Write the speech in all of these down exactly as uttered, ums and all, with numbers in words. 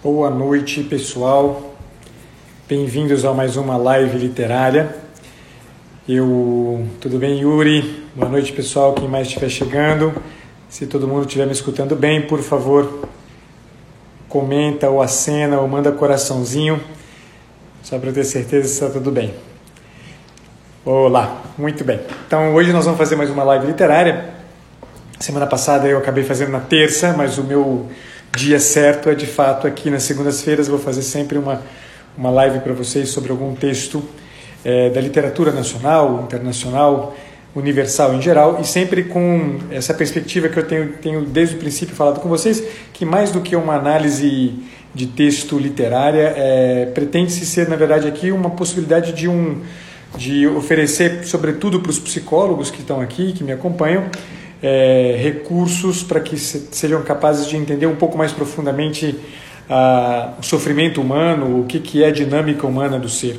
Boa noite, pessoal. Bem-vindos a mais uma live literária. Eu, tudo bem, Yuri? Boa noite, pessoal. Quem mais estiver chegando, se todo mundo estiver me escutando bem, por favor, comenta ou acena ou manda coraçãozinho, só para eu ter certeza se está tudo bem. Olá, muito bem. Então, hoje nós vamos fazer mais uma live literária. Semana passada eu acabei fazendo na terça, mas o meu dia certo é de fato aqui nas segundas-feiras. Eu vou fazer sempre uma, uma live para vocês sobre algum texto é, da literatura nacional, internacional, universal em geral, e sempre com essa perspectiva que eu tenho, tenho desde o princípio falado com vocês, que mais do que uma análise de texto literária, é, pretende-se ser, na verdade, aqui uma possibilidade de, um, de oferecer, sobretudo para os psicólogos que estão aqui, que me acompanham, É, recursos para que se, sejam capazes de entender um pouco mais profundamente ah, o sofrimento humano, o que, que é a dinâmica humana do ser.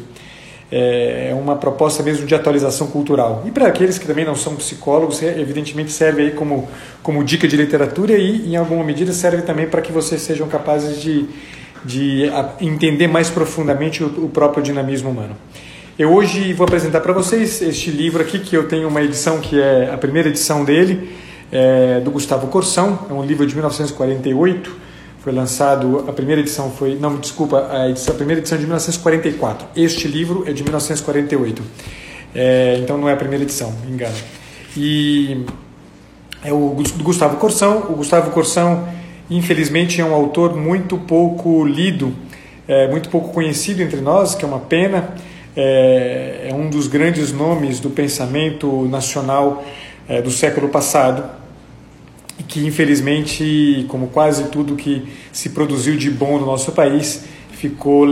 É, é uma proposta mesmo de atualização cultural. E para aqueles que também não são psicólogos, evidentemente serve aí como, como dica de literatura e, em alguma medida, serve também para que vocês sejam capazes de, de entender mais profundamente o, o próprio dinamismo humano. Eu hoje vou apresentar para vocês este livro aqui, que eu tenho uma edição que é a primeira edição dele, é, do Gustavo Corsão. É um livro de mil novecentos e quarenta e oito, foi lançado, a primeira edição foi, não, desculpa, a, edição, a primeira edição é de mil novecentos e quarenta e quatro. Este livro é de mil novecentos e quarenta e oito, é, então não é a primeira edição, me engano. E é o do Gustavo Corsão. O Gustavo Corsão, infelizmente, é um autor muito pouco lido, é, muito pouco conhecido entre nós, que é uma pena. É, é um dos grandes nomes do pensamento nacional é, do século passado, e que infelizmente, como quase tudo que se produziu de bom no nosso país, ficou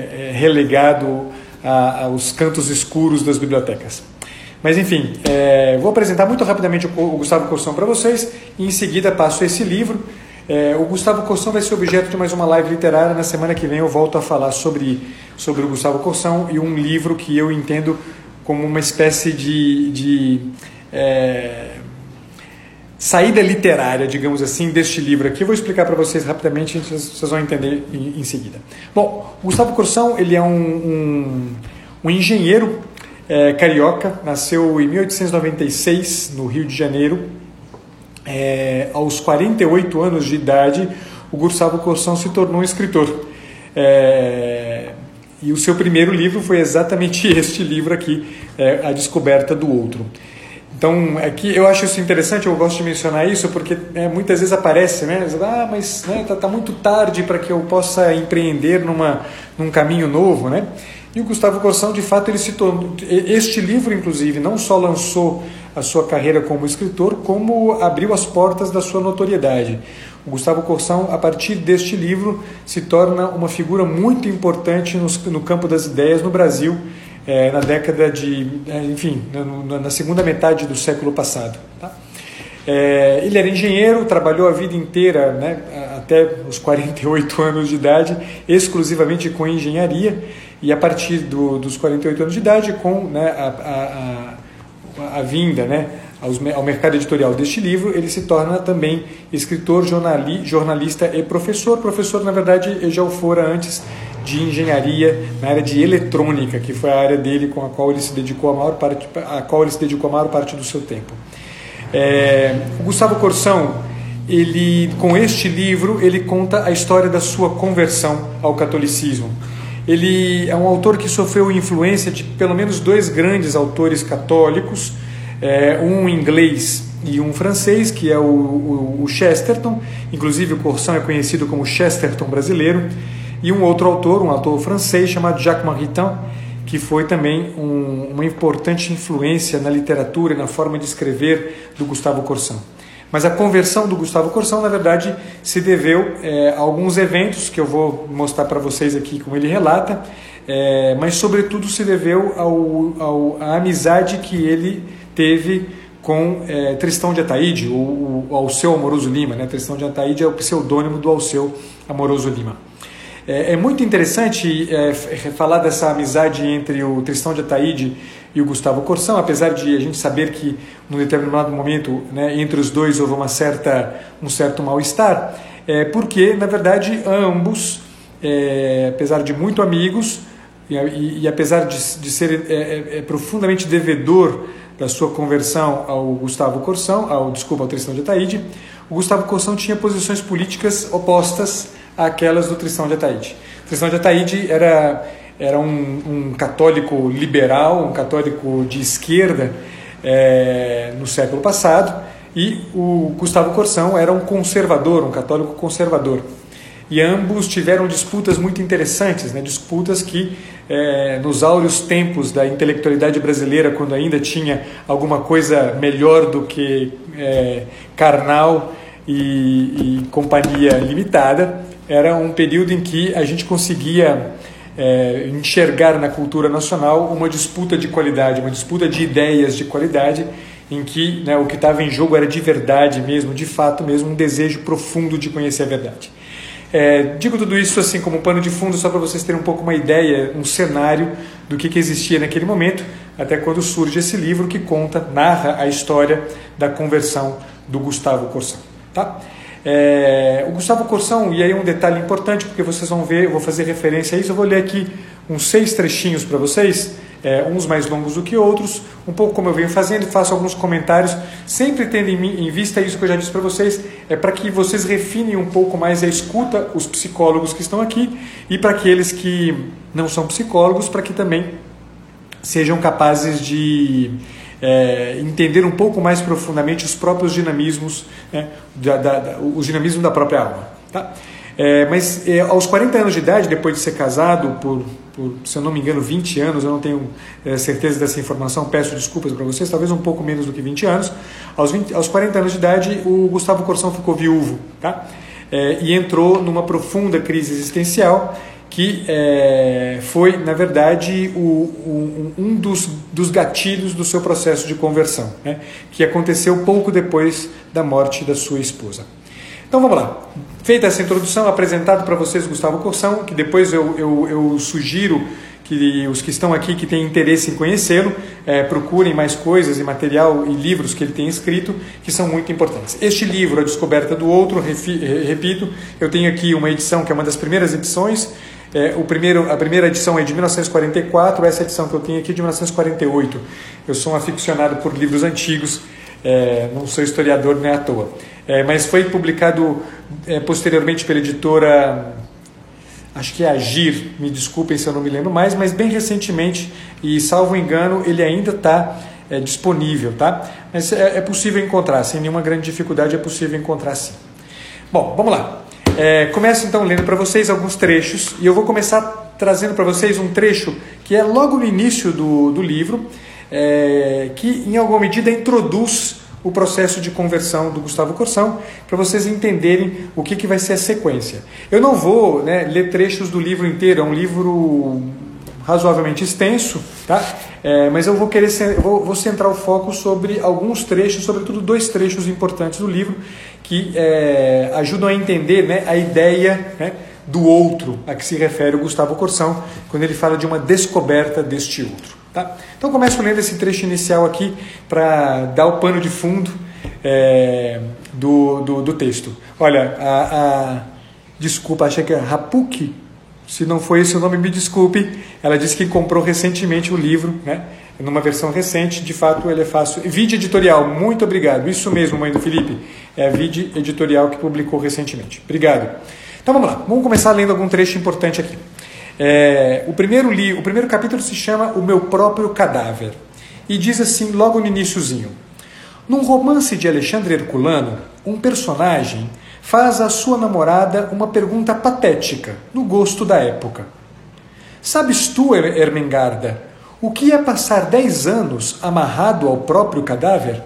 relegado a, aos cantos escuros das bibliotecas. Mas enfim, é, vou apresentar muito rapidamente o, o Gustavo Corsão para vocês, e em seguida passo esse livro. É, o Gustavo Corsão vai ser objeto de mais uma live literária. Na semana que vem eu volto a falar sobre, sobre o Gustavo Corsão e um livro que eu entendo como uma espécie de, de é, saída literária, digamos assim, deste livro aqui. Eu vou explicar para vocês rapidamente, vocês vão entender em, em seguida. Bom, o Gustavo Corsão, ele é um, um, um engenheiro é, carioca, nasceu em mil oitocentos e noventa e seis, no Rio de Janeiro. É, aos quarenta e oito anos de idade, o Gustavo Corsão se tornou um escritor. É, e o seu primeiro livro foi exatamente este livro aqui, é, A Descoberta do Outro. Então, aqui eu acho isso interessante, eu gosto de mencionar isso, porque é, muitas vezes aparece, né? Ah, mas né, tá, tá muito tarde para que eu possa empreender numa, num caminho novo, né? E o Gustavo Corsão, de fato, ele se tornou... Este livro, inclusive, não só lançou a sua carreira como escritor, como abriu as portas da sua notoriedade. O Gustavo Corsão, a partir deste livro, se torna uma figura muito importante no, no campo das ideias no Brasil, é, na década de... enfim, na, na segunda metade do século passado. Tá? É, ele era engenheiro, trabalhou a vida inteira, né, até os quarenta e oito anos de idade, exclusivamente com engenharia, e a partir do, dos quarenta e oito anos de idade, com né, a, a, a, a vinda né, aos, ao mercado editorial deste livro, ele se torna também escritor, jornali, jornalista e professor. Professor, na verdade, ele já o fora antes de engenharia, na área de eletrônica, que foi a área dele com a qual ele se dedicou a maior parte, a qual ele se dedicou a maior parte do seu tempo. É, o Gustavo Corsão, ele, com este livro, ele conta a história da sua conversão ao catolicismo. Ele é um autor que sofreu influência de pelo menos dois grandes autores católicos, é, um inglês e um francês, que é o, o, o Chesterton. Inclusive o Corsão é conhecido como Chesterton brasileiro, e um outro autor, um autor francês chamado Jacques Maritain, que foi também um, uma importante influência na literatura e na forma de escrever do Gustavo Corsão. Mas a conversão do Gustavo Corsão, na verdade, se deveu é, a alguns eventos que eu vou mostrar para vocês aqui, como ele relata, é, mas, sobretudo, se deveu ao, ao, à amizade que ele teve com é, Tristão de Ataíde, ou o Alceu Amoroso Lima. Né? Tristão de Ataíde é o pseudônimo do Alceu Amoroso Lima. É, é muito interessante é, falar dessa amizade entre o Tristão de Ataíde e o Gustavo Corsão, apesar de a gente saber que, num determinado momento, né, entre os dois houve uma certa, um certo mal-estar, é, porque, na verdade, ambos é, apesar de muito amigos, e, e, e apesar de, de ser é, é, profundamente devedor da sua conversão ao Gustavo Corsão, ao, desculpa, ao Tristão de Ataíde, o Gustavo Corsão tinha posições políticas opostas àquelas do Tristão de Ataíde. O Tristão de Ataíde era, era um, um católico liberal, um católico de esquerda é, no século passado, e o Gustavo Corsão era um conservador, um católico conservador. E ambos tiveram disputas muito interessantes, né? Disputas que, é, nos áureos tempos da intelectualidade brasileira, quando ainda tinha alguma coisa melhor do que é, carnal e, e companhia limitada, era um período em que a gente conseguia é, enxergar na cultura nacional uma disputa de qualidade, uma disputa de ideias de qualidade, em que, né, o que estava em jogo era de verdade mesmo, de fato mesmo, um desejo profundo de conhecer a verdade. É, digo tudo isso assim como um pano de fundo só para vocês terem um pouco uma ideia, um cenário do que, que existia naquele momento, até quando surge esse livro que conta, narra a história da conversão do Gustavo Corsão. Tá? É, o Gustavo Corsão, e aí um detalhe importante, porque vocês vão ver, eu vou fazer referência a isso, eu vou ler aqui uns seis trechinhos para vocês, é, uns mais longos do que outros, um pouco como eu venho fazendo, faço alguns comentários, sempre tendo em, em vista isso que eu já disse para vocês, é para que vocês refinem um pouco mais a escuta, os psicólogos que estão aqui, e para aqueles que não são psicólogos, para que também sejam capazes de é, entender um pouco mais profundamente os próprios dinamismos, né, da, da, da, o dinamismo da própria alma. Tá? É, mas é, aos quarenta anos de idade, depois de ser casado por, por, se eu não me engano, vinte anos, eu não tenho é, certeza dessa informação, peço desculpas para vocês, talvez um pouco menos do que vinte anos, aos, vinte, aos quarenta anos de idade o Gustavo Corsão ficou viúvo, tá? É, e entrou numa profunda crise existencial que é, foi, na verdade, o, o, um dos, dos gatilhos do seu processo de conversão, né? Que aconteceu pouco depois da morte da sua esposa. Então vamos lá, feita essa introdução, apresentado para vocês Gustavo Corsão, que depois eu, eu, eu sugiro que os que estão aqui, que têm interesse em conhecê-lo, é, procurem mais coisas e material e livros que ele tem escrito, que são muito importantes. Este livro, A Descoberta do Outro, refi, repito, eu tenho aqui uma edição que é uma das primeiras edições, é, o primeiro, a primeira edição é de mil novecentos e quarenta e quatro, essa edição que eu tenho aqui é de mil novecentos e quarenta e oito. Eu sou um aficionado por livros antigos, é, não sou historiador nem à toa. É, mas foi publicado é, posteriormente pela editora, acho que é Agir, me desculpem se eu não me lembro mais, mas bem recentemente, e salvo engano, ele ainda está é, disponível, tá? Mas é, é possível encontrar, sem nenhuma grande dificuldade é possível encontrar sim. Bom, vamos lá. É, começo então lendo para vocês alguns trechos, e eu vou começar trazendo para vocês um trecho que é logo no início do, do livro, é, que em alguma medida introduz o processo de conversão do Gustavo Corsão, para vocês entenderem o que, que vai ser a sequência. Eu não vou, né, ler trechos do livro inteiro, é um livro razoavelmente extenso, tá? É, mas eu vou querer eu vou, vou centrar o foco sobre alguns trechos, sobretudo dois trechos importantes do livro, que é, ajudam a entender, né, a ideia, né, do outro a que se refere o Gustavo Corsão, quando ele fala de uma descoberta deste outro. Tá? Então começo lendo esse trecho inicial aqui para dar o pano de fundo é, do, do, do texto. Olha, a, a, desculpa, achei que é Rapuki, se não foi esse o nome, me desculpe. Ela disse que comprou recentemente o livro, né, numa versão recente, de fato ele é fácil. Vide Editorial, muito obrigado, isso mesmo, mãe do Felipe, é a Vide Editorial que publicou recentemente. Obrigado. Então vamos lá, vamos começar lendo algum trecho importante aqui. É, o, primeiro li, o primeiro capítulo se chama O Meu Próprio Cadáver e diz assim logo no iniciozinho: num romance de Alexandre Herculano, um personagem faz à sua namorada uma pergunta patética, no gosto da época. Sabes tu, Ermengarda, o que é passar dez anos amarrado ao próprio cadáver?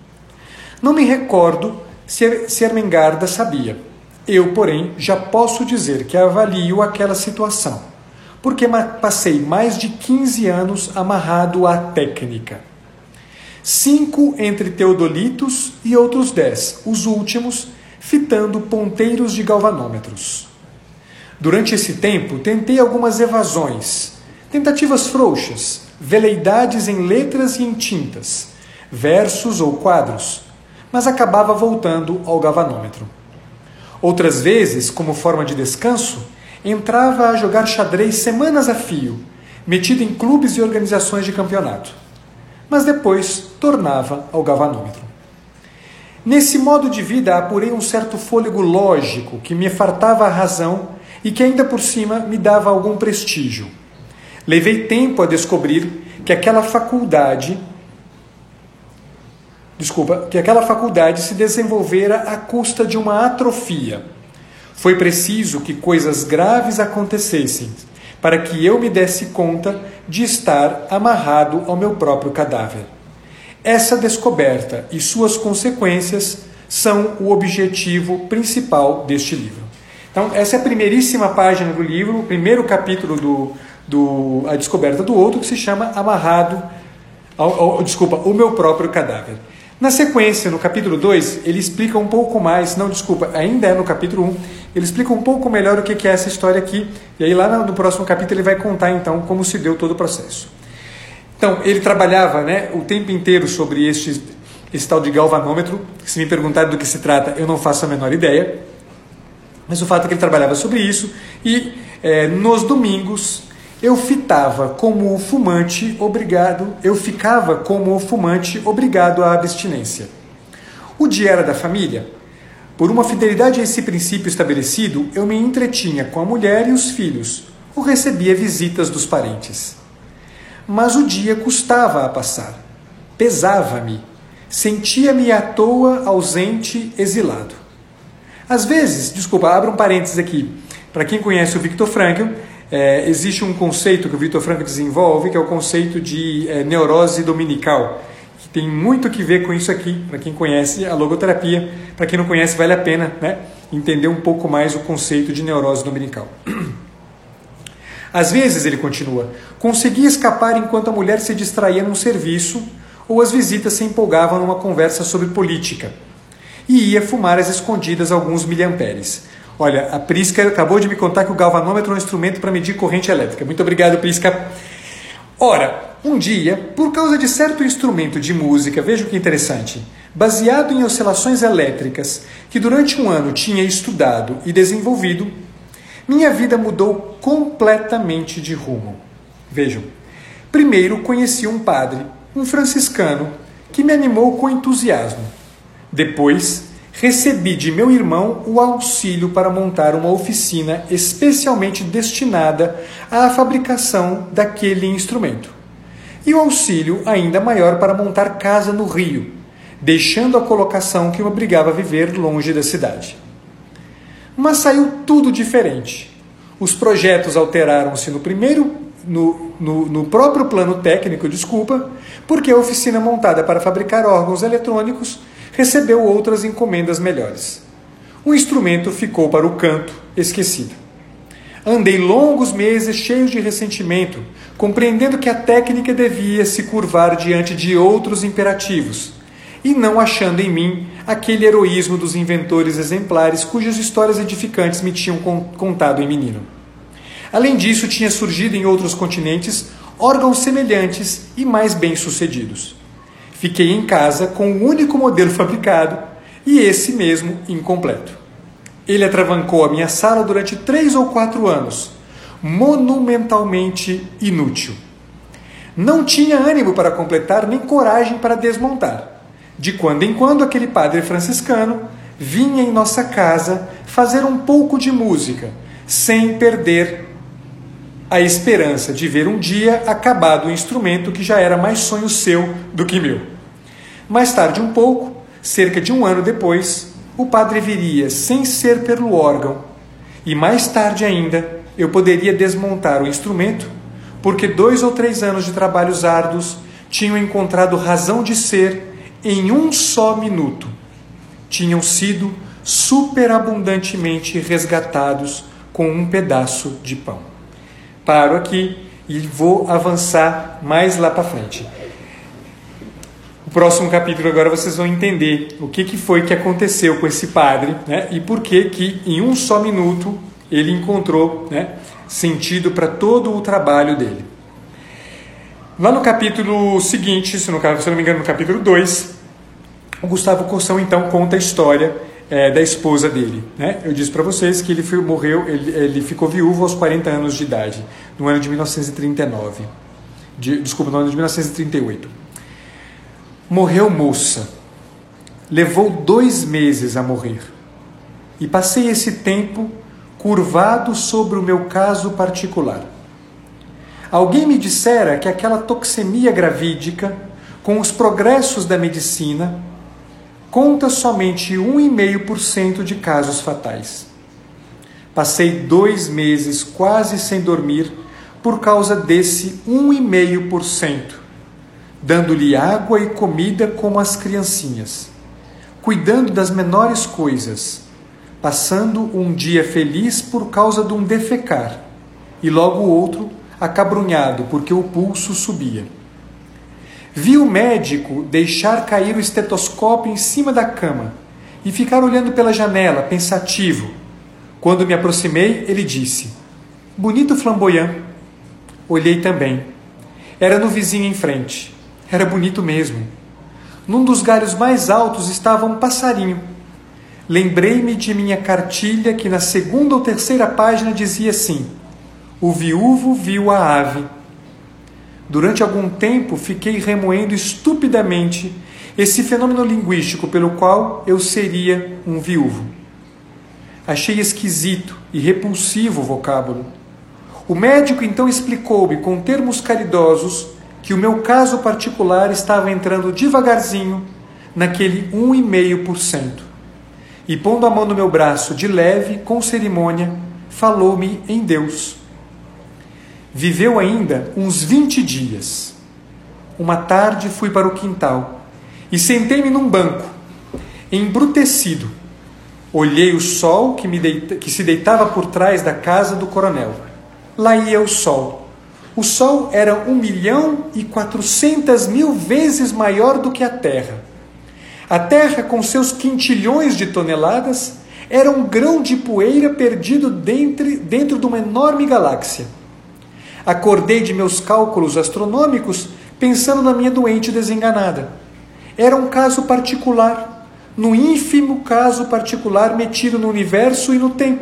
Não me recordo se Ermengarda sabia. Eu, porém, já posso dizer que avalio aquela situação, porque passei mais de quinze anos amarrado à técnica. Cinco entre teodolitos e outros dez, os últimos, fitando ponteiros de galvanômetros. Durante esse tempo, tentei algumas evasões, tentativas frouxas, veleidades em letras e em tintas, versos ou quadros, mas acabava voltando ao galvanômetro. Outras vezes, como forma de descanso, entrava a jogar xadrez semanas a fio, metido em clubes e organizações de campeonato. Mas depois tornava ao galvanômetro. Nesse modo de vida apurei um certo fôlego lógico que me fartava a razão e que ainda por cima me dava algum prestígio. Levei tempo a descobrir que aquela faculdade, desculpa, que aquela faculdade se desenvolvera à custa de uma atrofia. Foi preciso que coisas graves acontecessem para que eu me desse conta de estar amarrado ao meu próprio cadáver. Essa descoberta e suas consequências são o objetivo principal deste livro. Então, essa é a primeiríssima página do livro, o primeiro capítulo do, do A Descoberta do Outro, que se chama Amarrado, ao, ao, desculpa, o meu próprio cadáver. Na sequência, no capítulo dois, ele explica um pouco mais, não, desculpa, ainda é no capítulo um, ele explica um pouco melhor o que é essa história aqui, e aí lá no próximo capítulo ele vai contar então como se deu todo o processo. Então, ele trabalhava, né, o tempo inteiro sobre este, esse tal de galvanômetro. Se me perguntarem do que se trata, eu não faço a menor ideia, mas o fato é que ele trabalhava sobre isso, e é, nos domingos eu fitava como o fumante obrigado, eu ficava como o fumante obrigado à abstinência. O dia era da família. Por uma fidelidade a esse princípio estabelecido, eu me entretinha com a mulher e os filhos, ou recebia visitas dos parentes. Mas o dia custava a passar, pesava-me, sentia-me à toa, ausente, exilado. Às vezes, desculpa, abro um parênteses aqui, para quem conhece o Viktor Frankl, é, existe um conceito que o Viktor Frankl desenvolve, que é o conceito de é, neurose dominical, que tem muito que ver com isso aqui, para quem conhece a logoterapia. Para quem não conhece, vale a pena, né, entender um pouco mais o conceito de neurose dominical. Às vezes, ele continua, conseguia escapar enquanto a mulher se distraía num serviço ou as visitas se empolgavam numa conversa sobre política. E ia fumar às escondidas alguns miliamperes. Olha, a Prisca acabou de me contar que o galvanômetro é um instrumento para medir corrente elétrica. Muito obrigado, Prisca. Ora, um dia, por causa de certo instrumento de música, veja que interessante, baseado em oscilações elétricas, que durante um ano tinha estudado e desenvolvido, minha vida mudou completamente de rumo. Vejam, primeiro conheci um padre, um franciscano, que me animou com entusiasmo. Depois, recebi de meu irmão o auxílio para montar uma oficina especialmente destinada à fabricação daquele instrumento. E o auxílio ainda maior para montar casa no Rio, deixando a colocação que me obrigava a viver longe da cidade. Mas saiu tudo diferente. Os projetos alteraram-se no primeiro, no, no, no próprio plano técnico, desculpa, porque a oficina montada para fabricar órgãos eletrônicos recebeu outras encomendas melhores. O instrumento ficou para o canto, esquecido. Andei longos meses cheios de ressentimento, compreendendo que a técnica devia se curvar diante de outros imperativos, e não achando em mim aquele heroísmo dos inventores exemplares cujas histórias edificantes me tinham contado em menino. Além disso, tinha surgido em outros continentes órgãos semelhantes e mais bem-sucedidos. Fiquei em casa com o único modelo fabricado e esse mesmo incompleto. Ele atravancou a minha sala durante três ou quatro anos, monumentalmente inútil. Não tinha ânimo para completar nem coragem para desmontar. De quando em quando, aquele padre franciscano vinha em nossa casa fazer um pouco de música, sem perder a esperança de ver um dia acabado o instrumento que já era mais sonho seu do que meu. Mais tarde um pouco, cerca de um ano depois, o padre viria sem ser pelo órgão, e mais tarde ainda eu poderia desmontar o instrumento, porque dois ou três anos de trabalhos árduos tinham encontrado razão de ser em um só minuto. Tinham sido superabundantemente resgatados com um pedaço de pão. Paro aqui e vou avançar mais lá para frente. O próximo capítulo agora vocês vão entender o que, que foi que aconteceu com esse padre, né, e por que que em um só minuto ele encontrou, né, sentido para todo o trabalho dele. Lá no capítulo seguinte, se, no, se eu não me engano, no capítulo dois, o Gustavo Corsão então conta a história é, da esposa dele. Né? Eu disse para vocês que ele foi, morreu, ele, ele ficou viúvo aos quarenta anos de idade, no ano de mil novecentos e trinta e nove. De, desculpa, no ano de mil novecentos e trinta e oito. Morreu moça. Levou dois meses a morrer. E passei esse tempo curvado sobre o meu caso particular. Alguém me dissera que aquela toxemia gravídica, com os progressos da medicina, conta somente um vírgula cinco por cento de casos fatais. Passei dois meses quase sem dormir por causa desse um vírgula cinco por cento, dando-lhe água e comida como as criancinhas, cuidando das menores coisas, passando um dia feliz por causa de um defecar, e logo outro acabrunhado porque o pulso subia. Vi o médico deixar cair o estetoscópio em cima da cama e ficar olhando pela janela, pensativo. Quando me aproximei, ele disse: bonito flamboyant. Olhei também. Era no vizinho em frente. Era bonito mesmo. Num dos galhos mais altos estava um passarinho. Lembrei-me de minha cartilha que na segunda ou terceira página dizia assim: o viúvo viu a ave. Durante algum tempo fiquei remoendo estupidamente esse fenômeno linguístico pelo qual eu seria um viúvo. Achei esquisito e repulsivo o vocábulo. O médico então explicou-me com termos caridosos que o meu caso particular estava entrando devagarzinho naquele um vírgula cinco por cento. E pondo a mão no meu braço de leve, com cerimônia, falou-me em Deus. Viveu ainda uns vinte dias. Uma tarde fui para o quintal e sentei-me num banco, embrutecido. Olhei o sol que, me deita, que se deitava por trás da casa do coronel. Lá ia o sol. O sol era um milhão e quatrocentas mil vezes maior do que a Terra. A Terra, com seus quintilhões de toneladas, era um grão de poeira perdido dentro, dentro de uma enorme galáxia. Acordei de meus cálculos astronômicos pensando na minha doente desenganada. Era um caso particular, no ínfimo caso particular metido no universo e no tempo.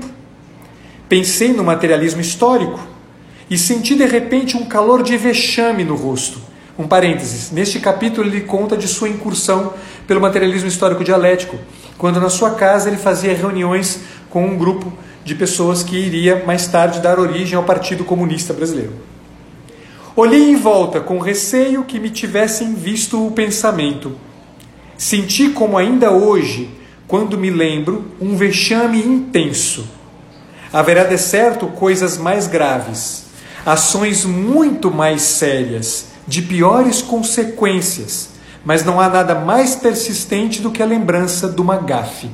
Pensei no materialismo histórico e senti de repente um calor de vexame no rosto. Um parênteses, neste capítulo ele conta de sua incursão pelo materialismo histórico dialético, quando na sua casa ele fazia reuniões com um grupo de pessoas que iria mais tarde dar origem ao Partido Comunista Brasileiro. Olhei em volta com receio que me tivessem visto o pensamento. Senti como ainda hoje, quando me lembro, um vexame intenso. Haverá de certo coisas mais graves, ações muito mais sérias, de piores consequências, mas não há nada mais persistente do que a lembrança de uma gafe.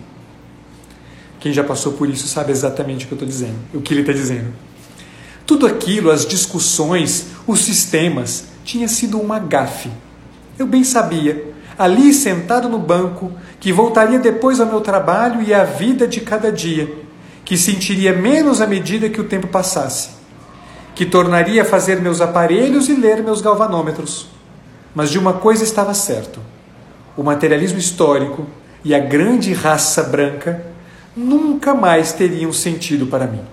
Quem já passou por isso sabe exatamente o que eu estou dizendo, o que ele está dizendo. Tudo aquilo, as discussões, os sistemas, tinha sido uma gafe. Eu bem sabia, ali sentado no banco, que voltaria depois ao meu trabalho e à vida de cada dia, que sentiria menos à medida que o tempo passasse, que tornaria a fazer meus aparelhos e ler meus galvanômetros. Mas de uma coisa estava certo: o materialismo histórico e a grande raça branca nunca mais teriam sentido para mim.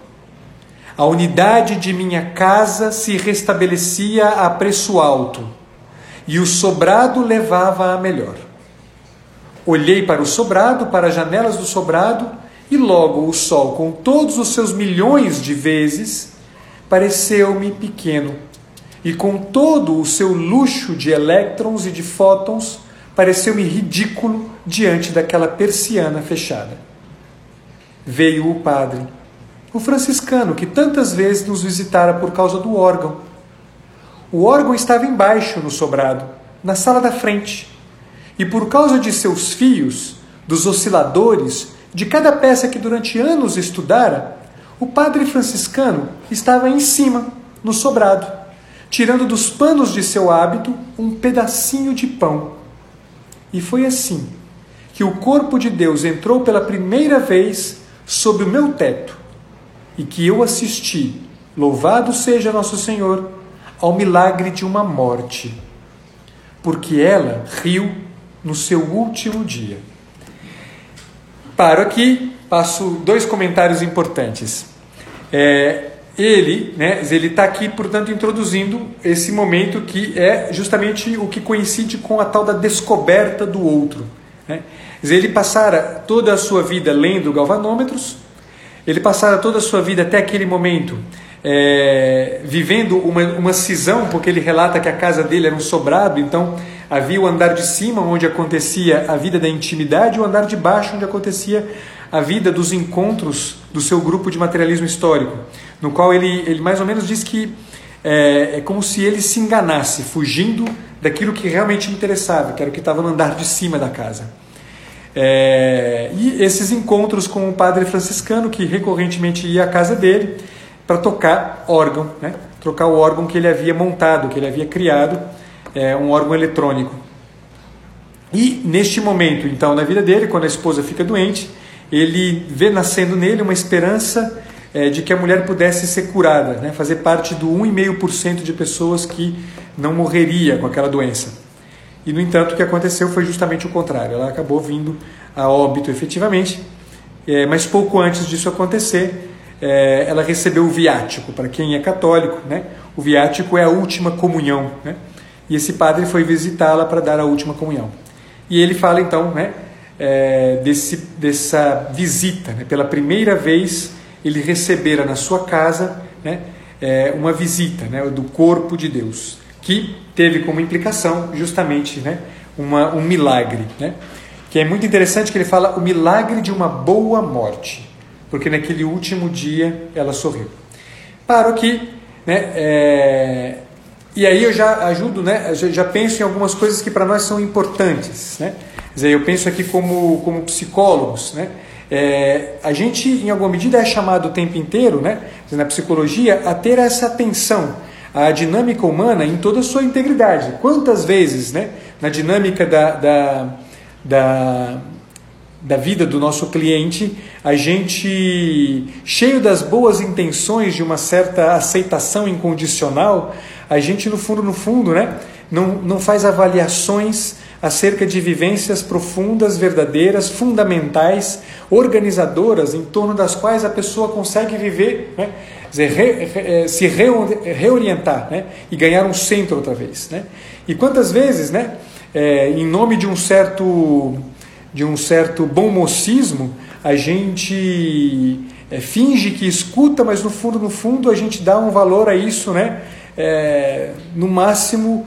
A unidade de minha casa se restabelecia a preço alto e o sobrado levava a melhor. Olhei para o sobrado, para as janelas do sobrado, e logo o sol, com todos os seus milhões de vezes, pareceu-me pequeno, e com todo o seu luxo de elétrons e de fótons, pareceu-me ridículo diante daquela persiana fechada. Veio o padre, o franciscano que tantas vezes nos visitara por causa do órgão. O órgão estava embaixo no sobrado, na sala da frente, e por causa de seus fios, dos osciladores, de cada peça que durante anos estudara, o padre franciscano estava em cima, no sobrado, tirando dos panos de seu hábito um pedacinho de pão. E foi assim que o corpo de Deus entrou pela primeira vez sob o meu teto, e que eu assisti, louvado seja nosso Senhor, ao milagre de uma morte, porque ela riu no seu último dia. paro aqui, passo dois comentários importantes. É, ele né, ele está aqui, portanto, introduzindo esse momento que é justamente o que coincide com a tal da descoberta do outro. Né? Ele passara toda a sua vida lendo galvanômetros, ele passara toda a sua vida até aquele momento é, vivendo uma, uma cisão, porque ele relata que a casa dele era um sobrado, então havia o andar de cima, onde acontecia a vida da intimidade, e o andar de baixo, onde acontecia a vida dos encontros do seu grupo de materialismo histórico, no qual ele, ele mais ou menos diz que é, é como se ele se enganasse, fugindo daquilo que realmente interessava, que era o que estava no andar de cima da casa. É, e esses encontros com o padre franciscano, que recorrentemente ia à casa dele para tocar órgão, né? Trocar o órgão que ele havia montado, que ele havia criado, é, um órgão eletrônico. E neste momento, então, na vida dele, quando a esposa fica doente, ele vê nascendo nele uma esperança é, de que a mulher pudesse ser curada, né? Fazer parte do um vírgula cinco por cento de pessoas que não morreria com aquela doença. E, no entanto, o que aconteceu foi justamente o contrário. Ela acabou vindo a óbito efetivamente, é, mas pouco antes disso acontecer, é, ela recebeu o viático. Para quem é católico, né? O viático é a última comunhão, né? E esse padre foi visitá-la para dar a última comunhão. E ele fala então, né, é, desse, dessa visita, né? Pela primeira vez ele recebera na sua casa, né, é, uma visita, né, do corpo de Deus, que teve como implicação justamente, né, uma, um milagre, né, que é muito interessante que ele fala o milagre de uma boa morte, porque naquele último dia ela sorriu. Paro aqui, né, é, e aí eu já ajudo, né, já, já penso em algumas coisas que para nós são importantes, né, quer dizer, eu penso aqui como, como psicólogos, né, é, a gente em alguma medida é chamado o tempo inteiro, né, na psicologia, a ter essa atenção à dinâmica humana em toda a sua integridade. Quantas vezes, né, na dinâmica da, da, da, da vida do nosso cliente, a gente, cheio das boas intenções de uma certa aceitação incondicional, a gente no fundo, no fundo, né, não, não faz avaliações acerca de vivências profundas, verdadeiras, fundamentais, organizadoras, em torno das quais a pessoa consegue viver, né, dizer, re, re, se re, reorientar, né, e ganhar um centro outra vez, né? E quantas vezes, né, é, em nome de um certo de um certo bom mocismo, a gente é, finge que escuta, mas no fundo, no fundo, a gente dá um valor a isso, né, é, no máximo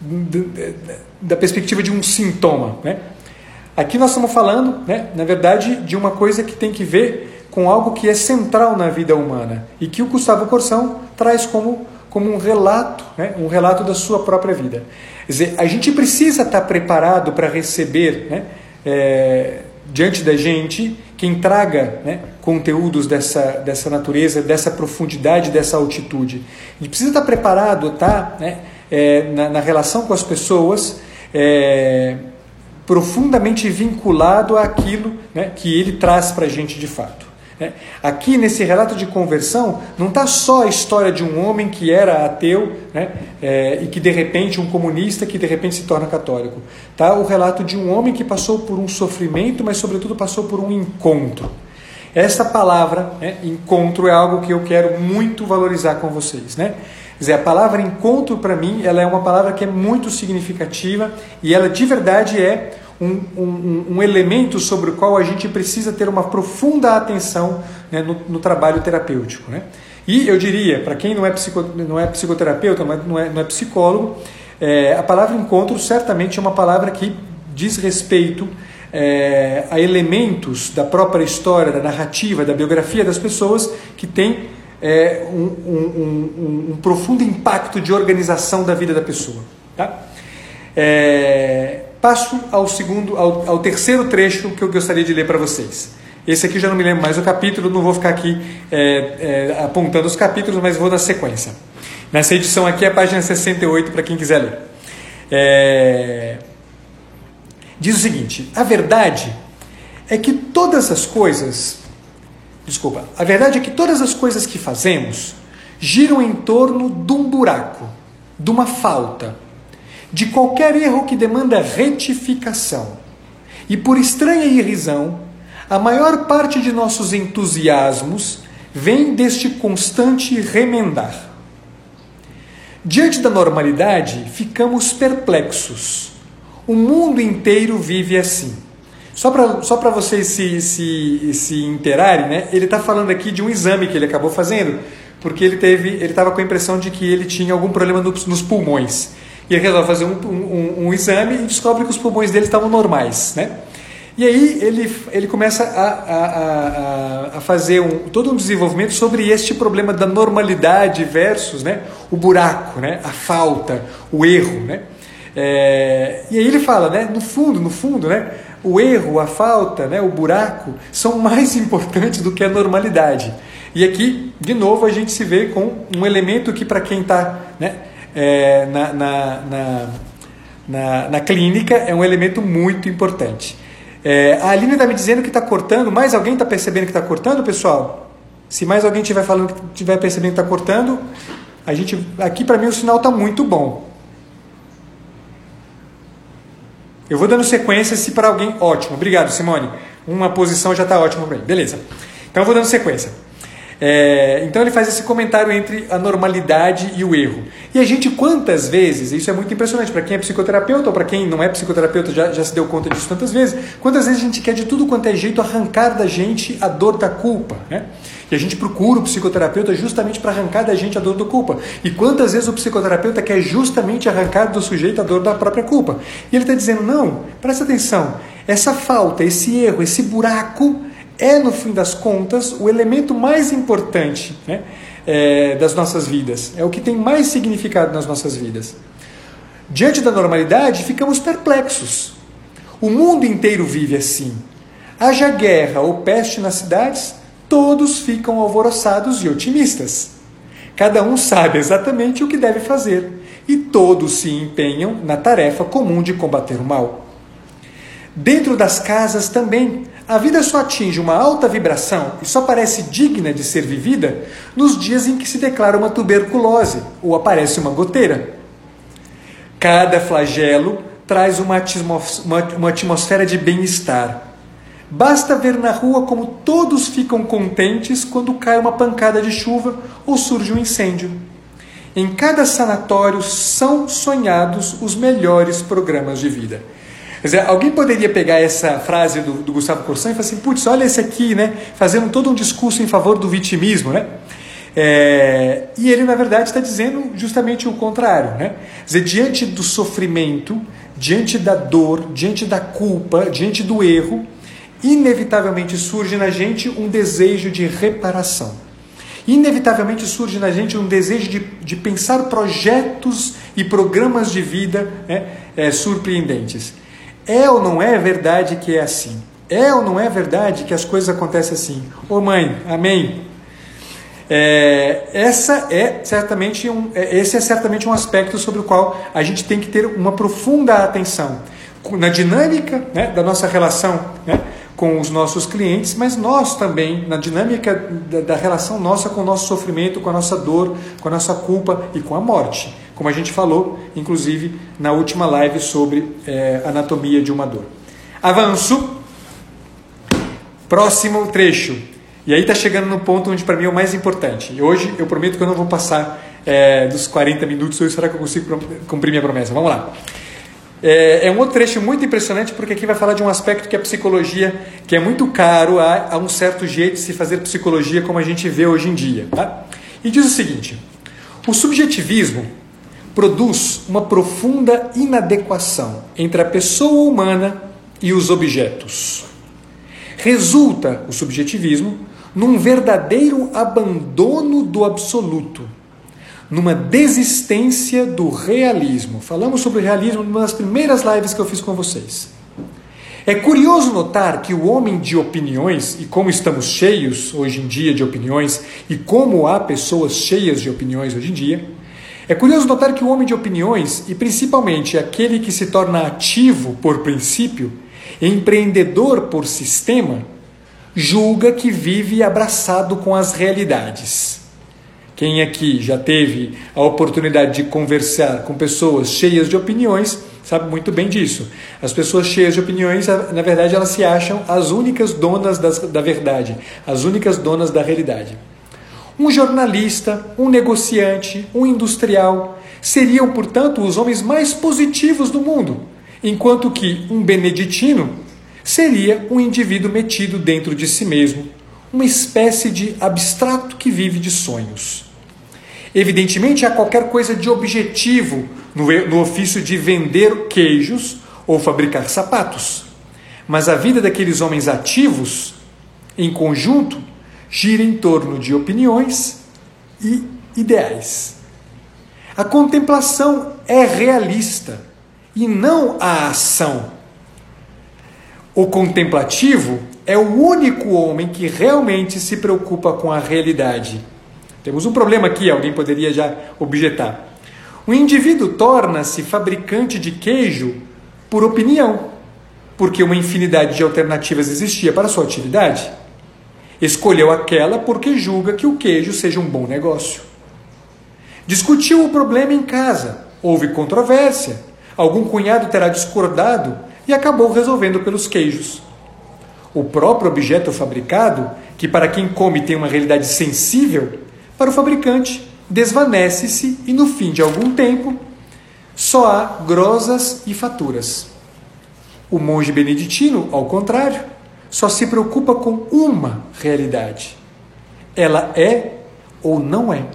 da perspectiva de um sintoma, né? Aqui nós estamos falando, né, na verdade, de uma coisa que tem que ver com algo que é central na vida humana e que o Gustavo Corsão traz como, como um relato, né, um relato da sua própria vida. Quer dizer, a gente precisa estar preparado para receber, né, é, diante da gente, quem traga, né, conteúdos dessa, dessa natureza, dessa profundidade, dessa altitude. A gente precisa estar preparado, tá, né, é, na, na relação com as pessoas, é, profundamente vinculado àquilo, né, que ele traz para a gente de fato. Né? Aqui nesse relato de conversão não está só a história de um homem que era ateu, né, é, e que de repente um comunista que de repente se torna católico. Tá o relato de um homem que passou por um sofrimento, mas sobretudo passou por um encontro. Essa palavra, né, encontro, é algo que eu quero muito valorizar com vocês, né? Quer dizer, a palavra encontro, para mim, ela é uma palavra que é muito significativa e ela de verdade é um, um, um elemento sobre o qual a gente precisa ter uma profunda atenção, né, no, no trabalho terapêutico, né? E eu diria, para quem não é, psico, não é psicoterapeuta, não é, não é psicólogo, é, a palavra encontro certamente é uma palavra que diz respeito é, a elementos da própria história, da narrativa, da biografia das pessoas que tem É um, um, um, um profundo impacto de organização da vida da pessoa. Tá? É, passo ao segundo, ao, ao terceiro trecho que eu gostaria de ler para vocês. Esse aqui já não me lembro mais o capítulo, não vou ficar aqui é, é, apontando os capítulos, mas vou na sequência. Nessa edição aqui é a página sessenta e oito para quem quiser ler. É, diz o seguinte: a verdade é que todas as coisas Desculpa, a verdade é que todas as coisas que fazemos giram em torno de um buraco, de uma falta, de qualquer erro que demanda retificação. E por estranha irrisão, A maior parte de nossos entusiasmos vem deste constante remendar. Diante da normalidade, ficamos perplexos. O mundo inteiro vive assim. Só para só para vocês se, se, se inteirarem, né? Ele está falando aqui de um exame que ele acabou fazendo, porque ele teve, ele estava com a impressão de que ele tinha algum problema nos, nos pulmões. E ele resolve fazer um, um, um exame e descobre que os pulmões dele estavam normais, né? E aí ele, ele começa a, a, a, a fazer um, todo um desenvolvimento sobre este problema da normalidade versus, né, o buraco, né, a falta, o erro, né? É, e aí ele fala, né, no fundo, no fundo, né, o erro, a falta, né, o buraco são mais importantes do que a normalidade. E aqui, de novo, a gente se vê com um elemento que para quem está, né, é, na, na, na, na, na clínica é um elemento muito importante. É, a Aline está me dizendo que está cortando. Mais alguém está percebendo que está cortando, pessoal? Se mais alguém estiver falando que estiver percebendo que está cortando, a gente, aqui para mim o sinal está muito bom. Eu vou dando sequência se para alguém... Ótimo, obrigado, Simone. Uma posição já está ótima para mim. Beleza. Então eu vou dando sequência. É, então ele faz esse comentário entre a normalidade e o erro. E a gente, quantas vezes, isso é muito impressionante, para quem é psicoterapeuta ou para quem não é psicoterapeuta já, já se deu conta disso tantas vezes, quantas vezes a gente quer de tudo quanto é jeito arrancar da gente a dor da culpa, né? E a gente procura o psicoterapeuta justamente para arrancar da gente a dor da culpa. E quantas vezes o psicoterapeuta quer justamente arrancar do sujeito a dor da própria culpa. E ele está dizendo, não, presta atenção, essa falta, esse erro, esse buraco é, no fim das contas, o elemento mais importante, né, é, das nossas vidas. É o que tem mais significado nas nossas vidas. Diante da normalidade, ficamos perplexos. O mundo inteiro vive assim. Haja guerra ou peste nas cidades, todos ficam alvoroçados e otimistas. Cada um sabe exatamente o que deve fazer e todos se empenham na tarefa comum de combater o mal. Dentro das casas também, a vida só atinge uma alta vibração e só parece digna de ser vivida nos dias em que se declara uma tuberculose ou aparece uma goteira. Cada flagelo traz uma atmosfera de bem-estar. Basta ver na rua como todos ficam contentes quando cai uma pancada de chuva ou surge um incêndio. Em cada sanatório são sonhados os melhores programas de vida. Quer dizer, alguém poderia pegar essa frase do, do Gustavo Corsão e falar assim, putz, olha esse aqui, né, fazendo todo um discurso em favor do vitimismo, né? É, e ele, na verdade, está dizendo justamente o contrário, né? Quer dizer, diante do sofrimento, diante da dor, diante da culpa, diante do erro, inevitavelmente surge na gente um desejo de reparação. Inevitavelmente surge na gente um desejo de, de pensar projetos e programas de vida, né, é, surpreendentes. É ou não é verdade que é assim? É ou não é verdade que as coisas acontecem assim? Ô mãe, amém? É, essa é certamente um, esse é certamente um aspecto sobre o qual a gente tem que ter uma profunda atenção. Na dinâmica, né, da nossa relação, né, com os nossos clientes, mas nós também, na dinâmica da, da relação nossa com o nosso sofrimento, com a nossa dor, com a nossa culpa e com a morte. Como a gente falou, inclusive, na última live sobre é, anatomia de uma dor. Avanço. Próximo trecho. E aí está chegando no ponto onde para mim é o mais importante. E hoje eu prometo que eu não vou passar é, dos quarenta minutos, ou será que eu consigo cumprir minha promessa? Vamos lá. É, é um outro trecho muito impressionante, porque aqui vai falar de um aspecto que é a psicologia, que é muito caro a, a um certo jeito de se fazer psicologia como a gente vê hoje em dia. Tá? E diz o seguinte: o subjetivismo produz uma profunda inadequação entre a pessoa humana e os objetos. Resulta, o subjetivismo, num verdadeiro abandono do absoluto, numa desistência do realismo. Falamos sobre o realismo numa das primeiras lives que eu fiz com vocês. É curioso notar que o homem de opiniões, e como estamos cheios hoje em dia de opiniões, e como há pessoas cheias de opiniões hoje em dia, é curioso notar que o homem de opiniões, e principalmente aquele que se torna ativo por princípio, empreendedor por sistema, julga que vive abraçado com as realidades. Quem aqui já teve a oportunidade de conversar com pessoas cheias de opiniões, sabe muito bem disso. As pessoas cheias de opiniões, na verdade, elas se acham as únicas donas das, da verdade, as únicas donas da realidade. Um jornalista, um negociante, um industrial seriam, portanto, os homens mais positivos do mundo, enquanto que um beneditino seria um indivíduo metido dentro de si mesmo, uma espécie de abstrato que vive de sonhos. Evidentemente, há qualquer coisa de objetivo no, no ofício de vender queijos ou fabricar sapatos, mas a vida daqueles homens ativos, em conjunto, gira em torno de opiniões e ideais. A contemplação é realista e não a ação. O contemplativo é o único homem que realmente se preocupa com a realidade. Temos um problema aqui, alguém poderia já objetar. O indivíduo torna-se fabricante de queijo por opinião, porque uma infinidade de alternativas existia para sua atividade. Escolheu aquela porque julga que o queijo seja um bom negócio. Discutiu o problema em casa, houve controvérsia, algum cunhado terá discordado e acabou resolvendo pelos queijos. O próprio objeto fabricado, que para quem come tem uma realidade sensível, para o fabricante desvanece-se e no fim de algum tempo só há grosas e faturas. O monge beneditino, ao contrário, só se preocupa com uma realidade. Ela é ou não é,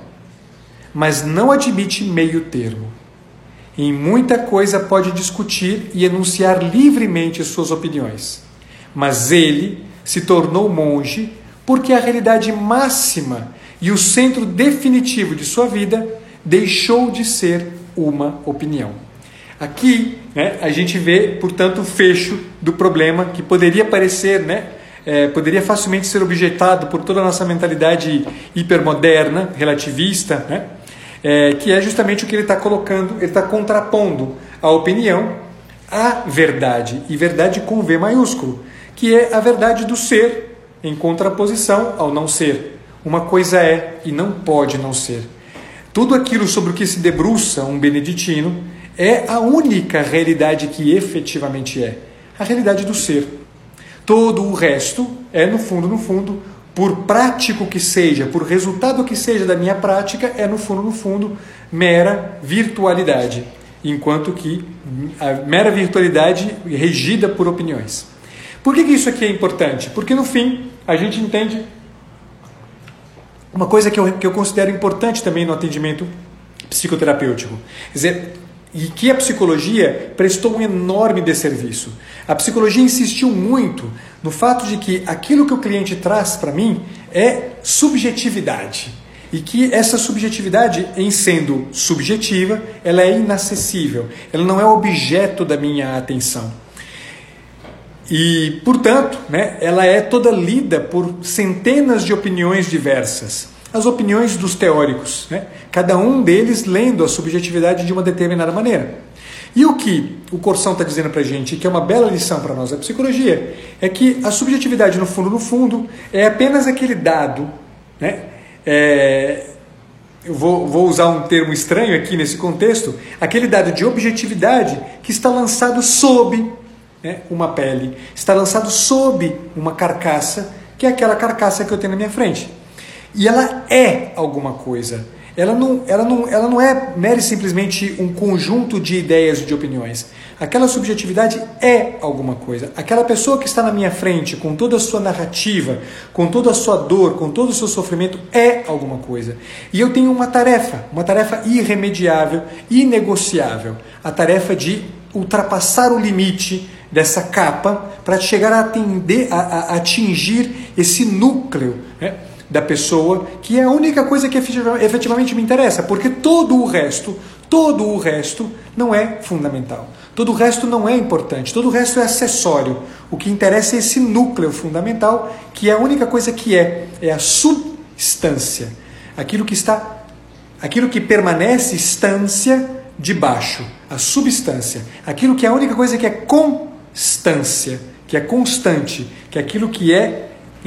mas não admite meio termo. Em muita coisa pode discutir e enunciar livremente suas opiniões, mas ele se tornou monge porque a realidade máxima e o centro definitivo de sua vida deixou de ser uma opinião. Aqui, né, a gente vê, portanto, o fecho do problema que poderia parecer, né, é, poderia facilmente ser objetado por toda a nossa mentalidade hipermoderna, relativista, né, é, que é justamente o que ele está colocando, ele está contrapondo a opinião à verdade, e verdade com V maiúsculo, que é a verdade do ser, em contraposição ao não ser. Uma coisa é e não pode não ser. Tudo aquilo sobre o que se debruça um beneditino é a única realidade que efetivamente é, a realidade do ser. Todo o resto é, no fundo, no fundo, por prático que seja, por resultado que seja da minha prática, é, no fundo, no fundo, mera virtualidade, enquanto que a mera virtualidade regida por opiniões. Por que, que isso aqui é importante? Porque, no fim, a gente entende uma coisa que eu, que eu considero importante também no atendimento psicoterapêutico. Quer dizer, e que a psicologia prestou um enorme desserviço. A psicologia insistiu muito no fato de que aquilo que o cliente traz para mim é subjetividade. E que essa subjetividade, em sendo subjetiva, ela é inacessível. Ela não é objeto da minha atenção. E, portanto, né, ela é toda lida por centenas de opiniões diversas. As opiniões dos teóricos, né? Cada um deles lendo a subjetividade de uma determinada maneira. E o que o Corsão está dizendo para a gente, que é uma bela lição para nós da psicologia, é que a subjetividade, no fundo, no fundo, é apenas aquele dado, né? É, eu vou, vou usar um termo estranho aqui nesse contexto, aquele dado de objetividade que está lançado sob, né, uma pele, está lançado sob uma carcaça, que é aquela carcaça que eu tenho na minha frente. E ela é alguma coisa. Ela não, ela não, ela não é mero e simplesmente um conjunto de ideias e de opiniões. Aquela subjetividade é alguma coisa. Aquela pessoa que está na minha frente, com toda a sua narrativa, com toda a sua dor, com todo o seu sofrimento, é alguma coisa. E eu tenho uma tarefa, uma tarefa irremediável, inegociável. A tarefa de ultrapassar o limite dessa capa para chegar a, atender, a, a atingir esse núcleo, né, da pessoa, que é a única coisa que efetivamente me interessa, porque todo o resto, todo o resto não é fundamental. Todo o resto não é importante, todo o resto é acessório. O que interessa é esse núcleo fundamental, que é a única coisa que é, é a substância. Aquilo que está, aquilo que permanece estância de baixo, a substância. Aquilo que é a única coisa que é constância, que é constante, que é aquilo que é,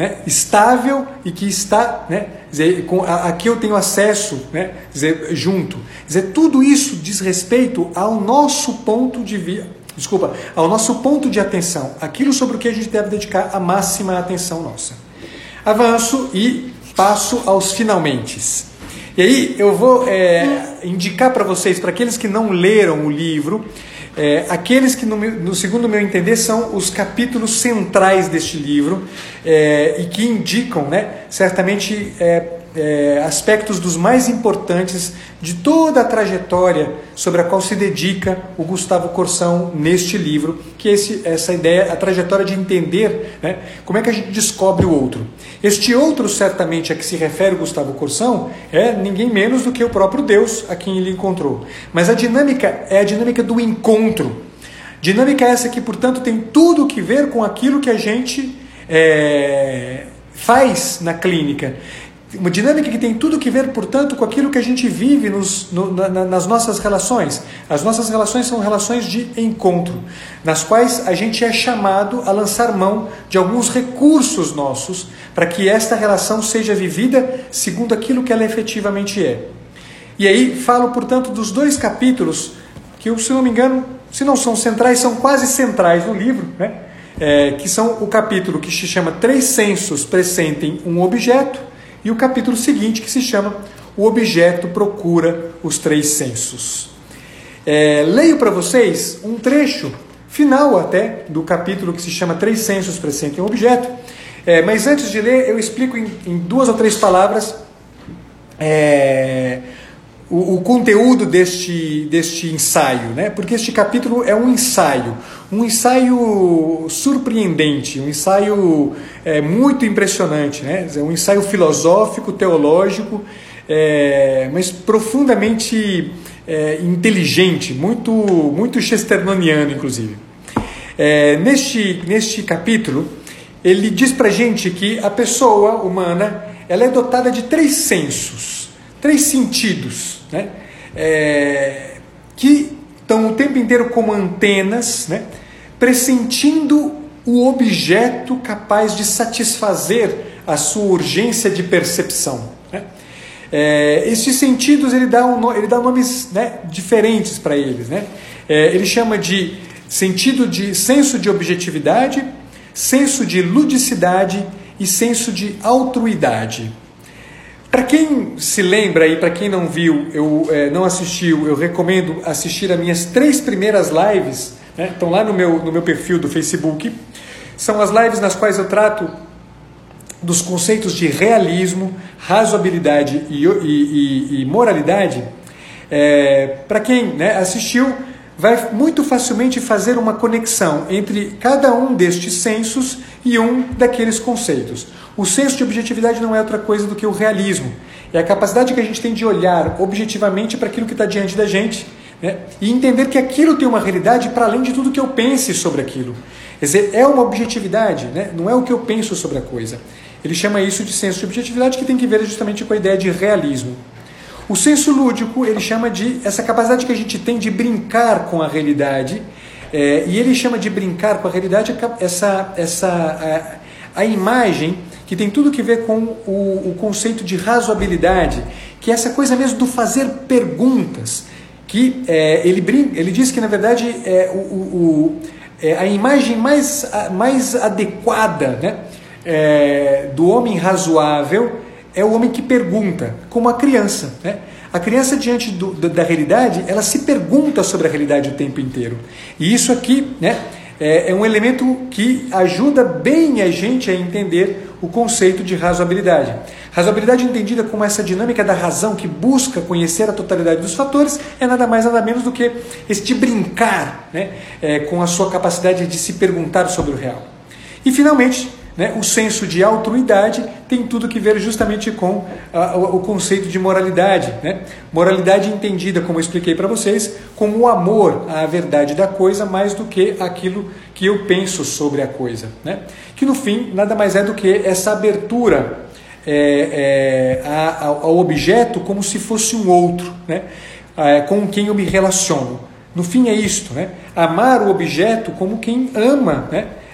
né, estável e que está, né, dizer, com, a, aqui eu tenho acesso, né, dizer, junto. Dizer, tudo isso diz respeito ao nosso ponto de vista, desculpa, ao nosso ponto de atenção, aquilo sobre o que a gente deve dedicar a máxima atenção nossa. Avanço e passo aos finalmentes. E aí eu vou é, indicar para vocês, para aqueles que não leram o livro, é, aqueles que, no, no segundo meu entender, são os capítulos centrais deste livro, é, e que indicam, né, certamente, é, é, aspectos dos mais importantes de toda a trajetória sobre a qual se dedica o Gustavo Corsão neste livro, que é esse, essa ideia, a trajetória de entender, né, como é que a gente descobre o outro. Este outro, certamente, a que se refere o Gustavo Corsão, é ninguém menos do que o próprio Deus a quem ele encontrou. Mas a dinâmica é a dinâmica do encontro. Dinâmica essa que, portanto, tem tudo que ver com aquilo que a gente é, faz na clínica. Uma dinâmica que tem tudo que ver, portanto, com aquilo que a gente vive nos, no, na, nas nossas relações. As nossas relações são relações de encontro, nas quais a gente é chamado a lançar mão de alguns recursos nossos para que esta relação seja vivida segundo aquilo que ela efetivamente é. E aí falo, portanto, dos dois capítulos que, se não me engano, se não são centrais, são quase centrais no livro, né? É, que são o capítulo que se chama Três Sensos Pressentem um Objeto, e o capítulo seguinte, que se chama O Objeto Procura os Três Sensos. É, leio para vocês um trecho final até do capítulo que se chama Três Sensos Pressentem um Objeto, é, mas antes de ler eu explico em, em duas ou três palavras é, o, o conteúdo deste, deste ensaio, né? Porque este capítulo é um ensaio, um ensaio surpreendente, um ensaio é, muito impressionante, né? Um ensaio filosófico, teológico, é, mas profundamente é, inteligente, muito, muito chesternoniano, inclusive. É, neste, neste capítulo, ele diz para a gente que a pessoa humana ela é dotada de três sensos, três sentidos, né? É, que estão o tempo inteiro como antenas, né? Pressentindo o objeto capaz de satisfazer a sua urgência de percepção, né? É, esses sentidos ele dá, um, ele dá nomes, né, diferentes para eles, né? É, ele chama de sentido de senso de objetividade, senso de ludicidade e senso de altruidade. Para quem se lembra e para quem não viu, eu é, não assistiu, eu recomendo assistir as minhas três primeiras lives, né? Estão lá no meu, no meu perfil do Facebook. São as lives nas quais eu trato dos conceitos de realismo, razoabilidade e, e, e, e moralidade. É, para quem, né, assistiu, vai muito facilmente fazer uma conexão entre cada um destes sensos e um daqueles conceitos. O senso de objetividade não é outra coisa do que o realismo. É a capacidade que a gente tem de olhar objetivamente para aquilo que está diante da gente, né? E entender que aquilo tem uma realidade para além de tudo que eu pense sobre aquilo. Quer dizer, é uma objetividade, né? Não é o que eu penso sobre a coisa. Ele chama isso de senso de objetividade, que tem que ver justamente com a ideia de realismo. O senso lúdico, ele chama de essa capacidade que a gente tem de brincar com a realidade, é, e ele chama de brincar com a realidade essa, essa, a, a imagem que tem tudo que ver com o, o conceito de razoabilidade, que é essa coisa mesmo do fazer perguntas, que é, ele, brinca, ele diz que, na verdade, é, o, o, é a imagem mais, mais adequada, né, é, do homem razoável é o homem que pergunta, como a criança, né? A criança, diante do, da realidade, ela se pergunta sobre a realidade o tempo inteiro. E isso aqui, né, é, é um elemento que ajuda bem a gente a entender o conceito de razoabilidade. Razoabilidade entendida como essa dinâmica da razão que busca conhecer a totalidade dos fatores é nada mais nada menos do que este brincar, né, é, com a sua capacidade de se perguntar sobre o real. E finalmente, né, o senso de altruidade tem tudo que ver justamente com a, o, o conceito de moralidade, né? Moralidade entendida, como eu expliquei para vocês, como o amor à verdade da coisa mais do que aquilo que eu penso sobre a coisa, né? Que no fim nada mais é do que essa abertura é, é, a, ao objeto como se fosse um outro, né? É, com quem eu me relaciono. No fim é isto, né? Amar o objeto como quem ama, né?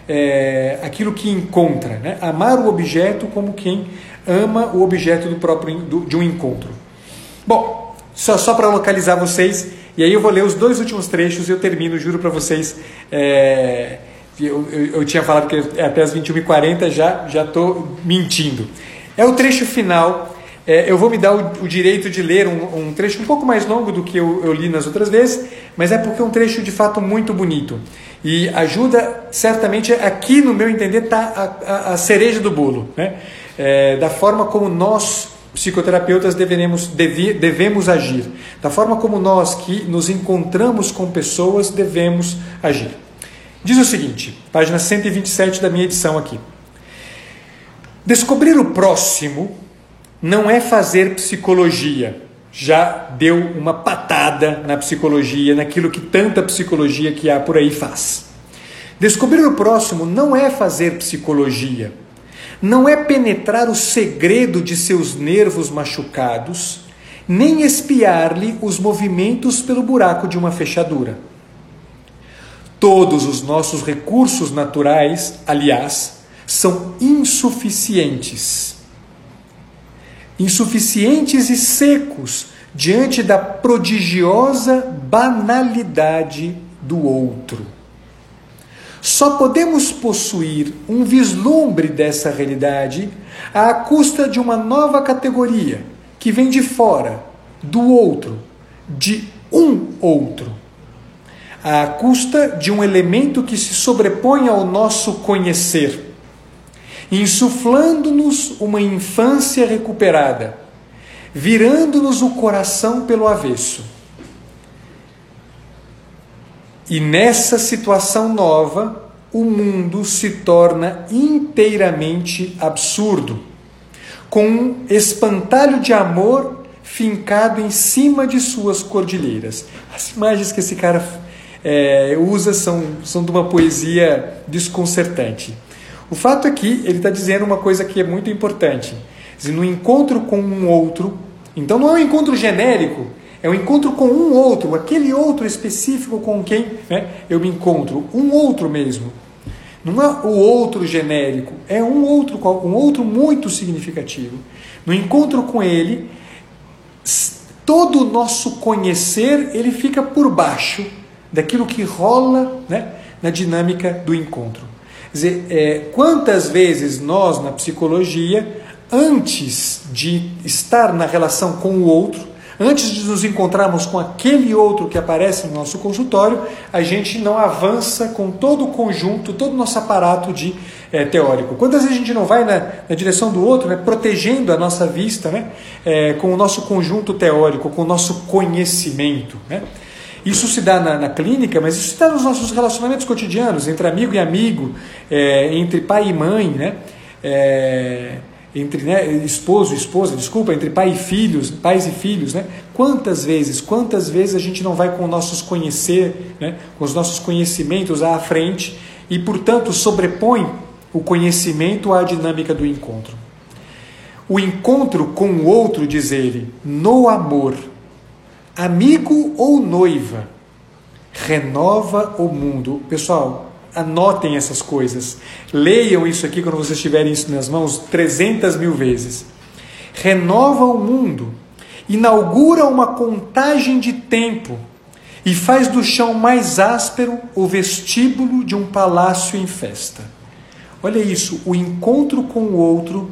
é, aquilo que encontra, né? Amar o objeto como quem ama o objeto do próprio, do, de um encontro. Bom, só, só para localizar vocês, e aí eu vou ler os dois últimos trechos e eu termino, juro para vocês, é, eu, eu, eu tinha falado que é até as vinte e uma e quarenta, já estou mentindo. É o trecho final, é, eu vou me dar o, o direito de ler um, um trecho um pouco mais longo do que eu, eu li nas outras vezes, mas é porque é um trecho de fato muito bonito. E ajuda, certamente, aqui no meu entender está a, a, a cereja do bolo, né? É, da forma como nós, psicoterapeutas, deveremos, deve, devemos agir, da forma como nós que nos encontramos com pessoas devemos agir. Diz o seguinte, página cento e vinte e sete da minha edição aqui. Descobrir o próximo não é fazer psicologia. Já deu uma patada na psicologia, naquilo que tanta psicologia que há por aí faz. Descobrir o próximo não é fazer psicologia. Não é penetrar o segredo de seus nervos machucados, nem espiar-lhe os movimentos pelo buraco de uma fechadura. Todos os nossos recursos naturais, aliás, são insuficientes. Insuficientes e secos diante da prodigiosa banalidade do outro. Só podemos possuir um vislumbre dessa realidade à custa de uma nova categoria que vem de fora, do outro, de um outro. À custa de um elemento que se sobrepõe ao nosso conhecer, insuflando-nos uma infância recuperada, virando-nos o coração pelo avesso. E nessa situação nova, o mundo se torna inteiramente absurdo, com um espantalho de amor fincado em cima de suas cordilheiras. As imagens que esse cara é, usa são, são de uma poesia desconcertante. O fato é que ele está dizendo uma coisa que é muito importante. No encontro com um outro, então não é um encontro genérico, é um encontro com um outro, aquele outro específico com quem, né, eu me encontro, um outro mesmo. Não é o outro genérico, é um outro, um outro muito significativo. No encontro com ele, todo o nosso conhecer, ele fica por baixo daquilo que rola, né, na dinâmica do encontro. Quer dizer, é, quantas vezes nós, na psicologia, antes de estar na relação com o outro, antes de nos encontrarmos com aquele outro que aparece no nosso consultório, a gente não avança com todo o conjunto, todo o nosso aparato de, é, teórico. Quantas vezes a gente não vai na, na direção do outro, né, protegendo a nossa vista, né, é, com o nosso conjunto teórico, com o nosso conhecimento, né? Isso se dá na, na clínica, mas isso se dá nos nossos relacionamentos cotidianos, entre amigo e amigo, é, entre pai e mãe, né? É, entre, né, esposo e esposa, desculpa, entre pai e filhos, pais e filhos, né? Quantas vezes, quantas vezes a gente não vai com os nossos conhecer, né, com os nossos conhecimentos à frente e, portanto, sobrepõe o conhecimento à dinâmica do encontro. O encontro com o outro, diz ele, no amor, amigo ou noiva, renova o mundo. Pessoal, anotem essas coisas. Leiam isso aqui quando vocês tiverem isso nas mãos trezentas mil vezes. Renova o mundo, inaugura uma contagem de tempo e faz do chão mais áspero o vestíbulo de um palácio em festa. Olha isso, o encontro com o outro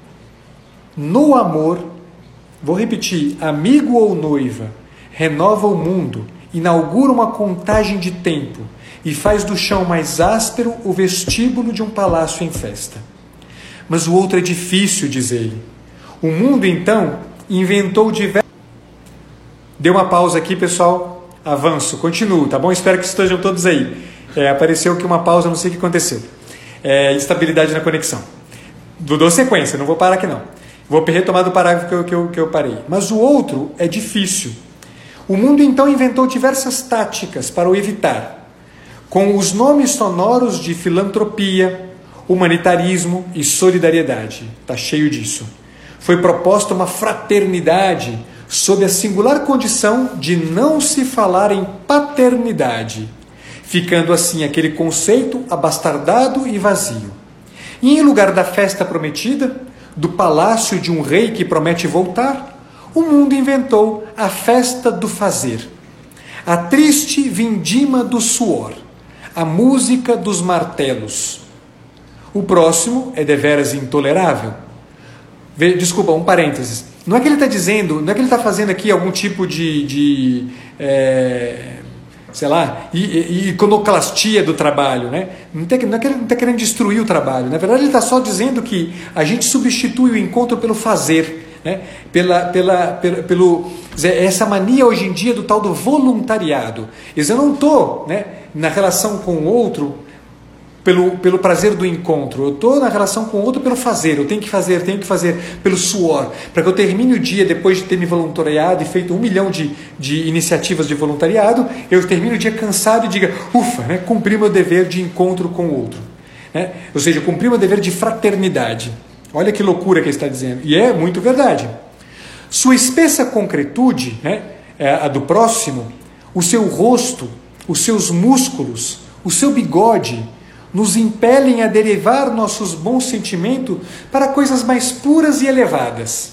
no amor, vou repetir, amigo ou noiva, renova o mundo, inaugura uma contagem de tempo e faz do chão mais áspero o vestíbulo de um palácio em festa. Mas o outro é difícil, diz ele. O mundo, então, inventou diversos... Deu uma pausa aqui, pessoal. Avanço, continuo, tá bom? Espero que estejam todos aí. É, apareceu aqui uma pausa, não sei o que aconteceu. É, instabilidade na conexão. Dou sequência, não vou parar aqui não. Vou retomar do parágrafo que eu, que eu, que eu parei. Mas o outro é difícil. O mundo, então, inventou diversas táticas para o evitar, com os nomes sonoros de filantropia, humanitarismo e solidariedade. Está cheio disso. Foi proposta uma fraternidade sob a singular condição de não se falar em paternidade, ficando assim aquele conceito abastardado e vazio. E em lugar da festa prometida, do palácio de um rei que promete voltar, o mundo inventou a festa do fazer, a triste vindima do suor, a música dos martelos. O próximo é deveras intolerável. Desculpa, um parênteses. Não é que ele está dizendo, não é que ele está fazendo aqui algum tipo de, de é, sei lá, iconoclastia do trabalho, né? Não está não é não tá querendo destruir o trabalho. Na verdade, ele está só dizendo que a gente substitui o encontro pelo fazer, né? Pela, pela, pela, pelo, essa mania hoje em dia do tal do voluntariado. Eu não estou, né, na relação com o outro Pelo, pelo prazer do encontro, eu estou na relação com o outro pelo fazer, eu tenho que fazer, tenho que fazer pelo suor, para que eu termine o dia, depois de ter me voluntariado e feito um milhão de, de iniciativas de voluntariado, eu termino o dia cansado e diga, ufa, né, cumpri meu dever de encontro com o outro, né? Ou seja, cumpri meu dever de fraternidade. Olha que loucura que ele está dizendo, e é muito verdade. Sua espessa concretude, né, a do próximo, o seu rosto, os seus músculos, o seu bigode, nos impelem a derivar nossos bons sentimentos para coisas mais puras e elevadas.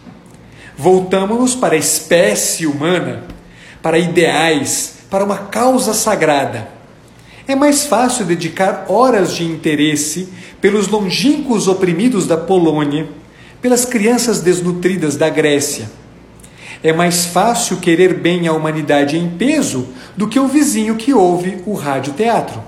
Voltamos-nos para a espécie humana, para ideais, para uma causa sagrada. É mais fácil dedicar horas de interesse pelos longínquos oprimidos da Polônia, pelas crianças desnutridas da Grécia. É mais fácil querer bem a humanidade em peso do que o vizinho que ouve o radioteatro.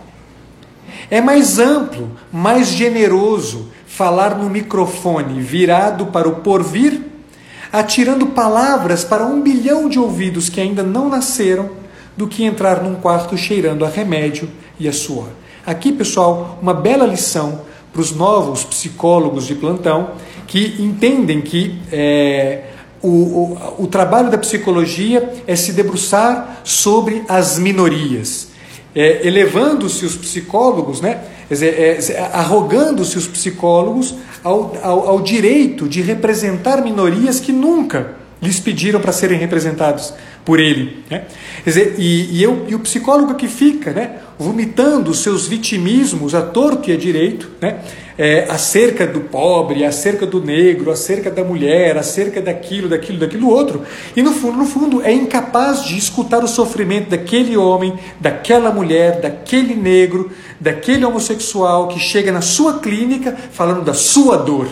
É mais amplo, mais generoso falar no microfone virado para o porvir, atirando palavras para um bilhão de ouvidos que ainda não nasceram, do que entrar num quarto cheirando a remédio e a suor. Aqui, pessoal, uma bela lição para os novos psicólogos de plantão que entendem que é, o, o, o trabalho da psicologia é se debruçar sobre as minorias. É, elevando-se os psicólogos, né, é, é, arrogando-se os psicólogos ao, ao, ao direito de representar minorias que nunca lhes pediram para serem representados por ele, né? Quer dizer, e, e, eu, e o psicólogo que fica, né, vomitando os seus vitimismos a torto e a direito, né, é, acerca do pobre, acerca do negro, acerca da mulher, acerca daquilo, daquilo, daquilo outro, e no fundo, no fundo é incapaz de escutar o sofrimento daquele homem, daquela mulher, daquele negro, daquele homossexual que chega na sua clínica falando da sua dor,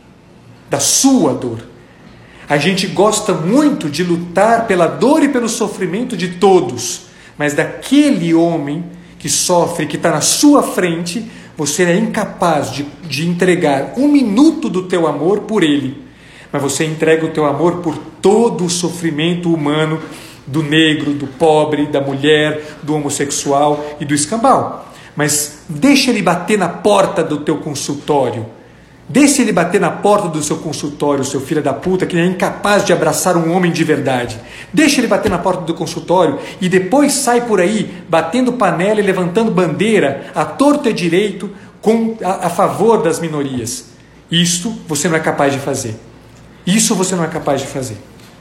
da sua dor. A gente gosta muito de lutar pela dor e pelo sofrimento de todos, mas daquele homem que sofre, que está na sua frente, você é incapaz de, de entregar um minuto do teu amor por ele, mas você entrega o teu amor por todo o sofrimento humano do negro, do pobre, da mulher, do homossexual e do escambau. Mas deixa ele bater na porta do teu consultório. Deixe ele bater na porta do seu consultório, seu filho da puta, que é incapaz de abraçar um homem de verdade. Deixe ele bater na porta do consultório e depois sai por aí, batendo panela e levantando bandeira, à torto e direito, com, a, a favor das minorias. Isto você não é capaz de fazer. Isso você não é capaz de fazer.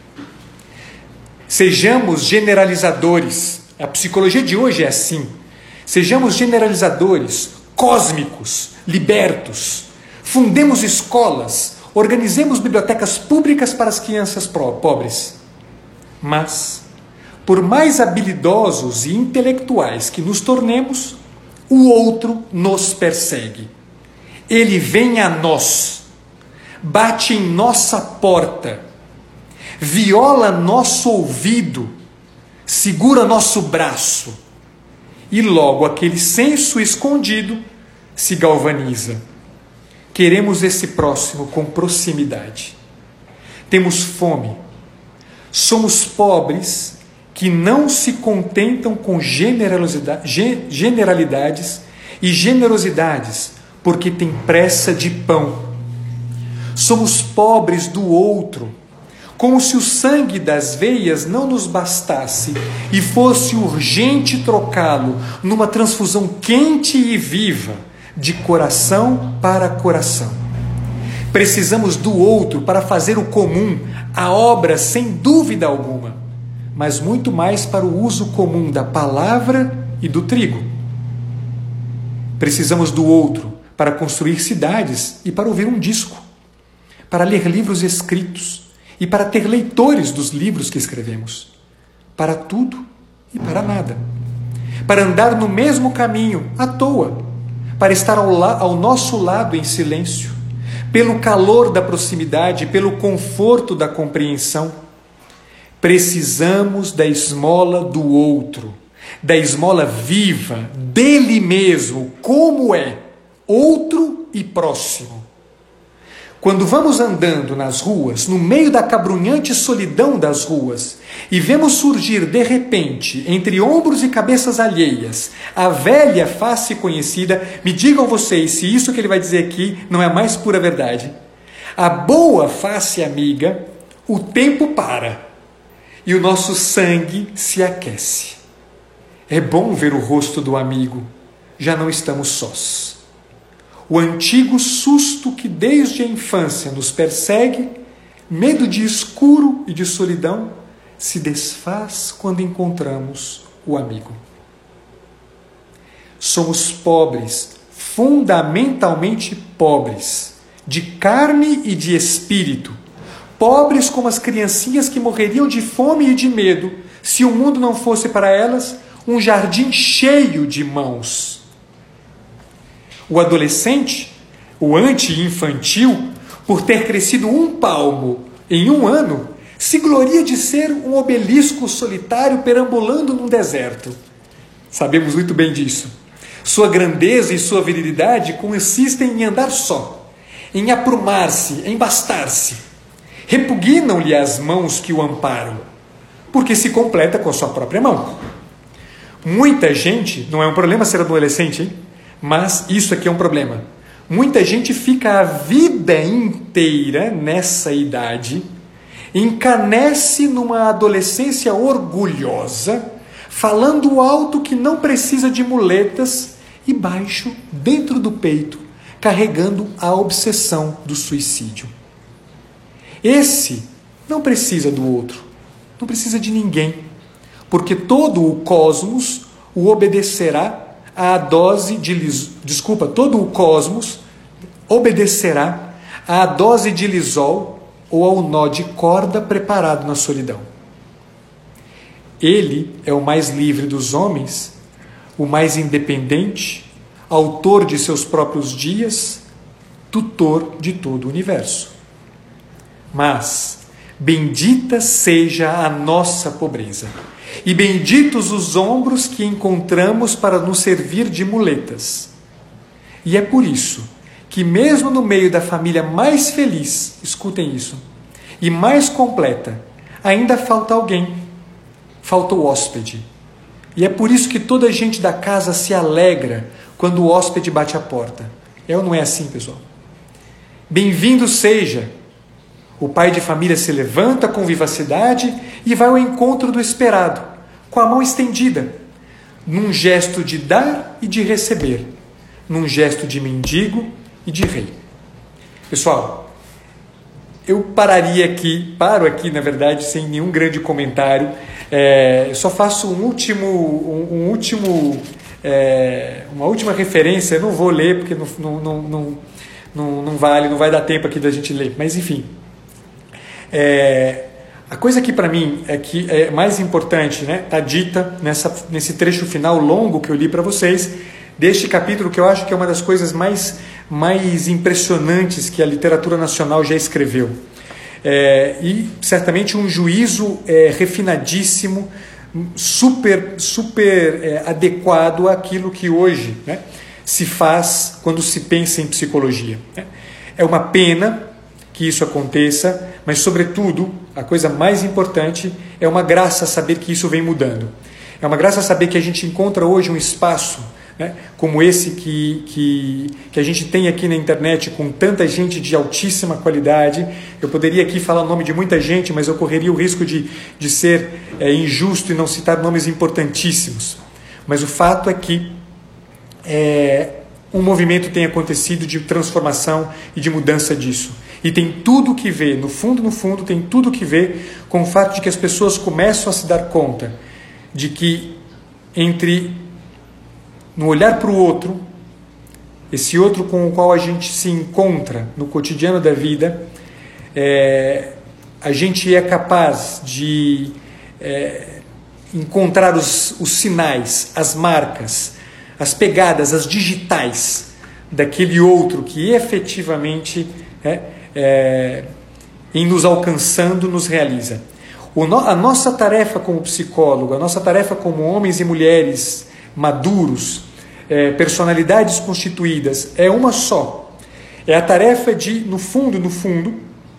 Sejamos generalizadores. A psicologia de hoje é assim. Sejamos generalizadores, cósmicos, libertos. Fundemos escolas, organizemos bibliotecas públicas para as crianças pobres. Mas, por mais habilidosos e intelectuais que nos tornemos, o outro nos persegue. Ele vem a nós, bate em nossa porta, viola nosso ouvido, segura nosso braço, e logo aquele senso escondido se galvaniza. Queremos esse próximo com proximidade. Temos fome. Somos pobres que não se contentam com generalidades e generosidades porque tem pressa de pão. Somos pobres do outro, como se o sangue das veias não nos bastasse e fosse urgente trocá-lo numa transfusão quente e viva, de coração para coração. Precisamos do outro para fazer o comum, a obra sem dúvida alguma, mas muito mais para o uso comum da palavra e e do trigo. Precisamos do outro para construir cidades e para ouvir um disco, para ler livros escritos e para ter leitores dos livros que escrevemos, para tudo e para nada, para andar no mesmo caminho à toa, para estar ao, la- ao nosso lado em silêncio, pelo calor da proximidade, pelo conforto da compreensão. Precisamos da esmola do outro, da esmola viva, dele mesmo, como é, outro e próximo. Quando vamos andando nas ruas, no meio da cabrunhante solidão das ruas, e vemos surgir de repente, entre ombros e cabeças alheias, a velha face conhecida, me digam vocês se isso que ele vai dizer aqui não é a mais pura verdade. A boa face amiga, o tempo para e o nosso sangue se aquece. É bom ver o rosto do amigo, já não estamos sós. O antigo susto que desde a infância nos persegue, medo de escuro e de solidão, se desfaz quando encontramos o amigo. Somos pobres, fundamentalmente pobres, de carne e de espírito, pobres como as criancinhas que morreriam de fome e de medo, se o mundo não fosse para elas um jardim cheio de mãos. O adolescente, o anti-infantil, por ter crescido um palmo em um ano, se gloria de ser um obelisco solitário perambulando num deserto. Sabemos muito bem disso. Sua grandeza e sua virilidade consistem em andar só, em aprumar-se, em bastar-se. Repugnam-lhe as mãos que o amparam, porque se completa com a sua própria mão. Muita gente, não é um problema ser adolescente, hein? Mas isso aqui é um problema. Muita gente fica a vida inteira nessa idade, encanece numa adolescência orgulhosa, falando alto que não precisa de muletas e baixo dentro do peito, carregando a obsessão do suicídio. Esse não precisa do outro, não precisa de ninguém, porque todo o cosmos o obedecerá à dose de lis... desculpa, todo o cosmos obedecerá à dose de lisol ou ao nó de corda preparado na solidão. Ele é o mais livre dos homens, o mais independente, autor de seus próprios dias, tutor de todo o universo. Mas bendita seja a nossa pobreza, e benditos os ombros que encontramos para nos servir de muletas. E é por isso que mesmo no meio da família mais feliz, escutem isso, e mais completa, ainda falta alguém, falta o hóspede. E é por isso que toda a gente da casa se alegra quando o hóspede bate a porta. É ou não é assim, pessoal? Bem-vindo seja. O pai de família se levanta com vivacidade e vai ao encontro do esperado, com a mão estendida, num gesto de dar e de receber, num gesto de mendigo e de rei. Pessoal, eu pararia aqui, paro aqui, na verdade, sem nenhum grande comentário. É, eu só faço um último, um, um último, é, uma última referência. Eu não vou ler porque não, não, não, não, não, não vale, não vai dar tempo aqui da gente ler. Mas enfim. É, a coisa que para mim é que é mais importante, né, está dita nessa, nesse trecho final longo que eu li para vocês, deste capítulo, que eu acho que é uma das coisas mais, mais impressionantes que a literatura nacional já escreveu. É, e certamente um juízo é, refinadíssimo, super, super é, adequado àquilo que hoje, né, se faz quando se pensa em psicologia. É uma pena que isso aconteça, mas, sobretudo, a coisa mais importante é uma graça saber que isso vem mudando. É uma graça saber que a gente encontra hoje um espaço, né, como esse que, que, que a gente tem aqui na internet, com tanta gente de altíssima qualidade. Eu poderia aqui falar o nome de muita gente, mas eu correria o risco de, de ser é, injusto e não citar nomes importantíssimos. Mas o fato é que é, um movimento tem acontecido de transformação e de mudança disso. E tem tudo que ver, no fundo, no fundo, tem tudo que ver com o fato de que as pessoas começam a se dar conta de que entre no olhar para o outro, esse outro com o qual a gente se encontra no cotidiano da vida, é, a gente é capaz de é, encontrar os, os sinais, as marcas, as pegadas, as digitais daquele outro que efetivamente, é, é, em nos alcançando, nos realiza. O no, a nossa tarefa como psicólogo, a nossa tarefa como homens e mulheres maduros, é, personalidades constituídas, é uma só. É a tarefa de, no fundo, no fundo,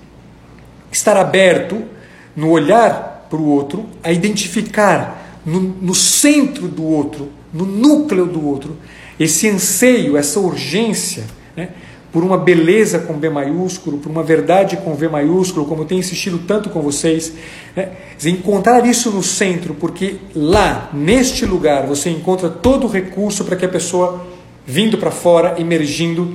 estar aberto no olhar para o outro, a identificar no, no centro do outro, no núcleo do outro, esse anseio, essa urgência, né, por uma beleza com B maiúsculo, por uma verdade com V maiúsculo, como eu tenho insistido tanto com vocês, né, encontrar isso no centro, porque lá, neste lugar, você encontra todo o recurso para que a pessoa, vindo para fora, emergindo,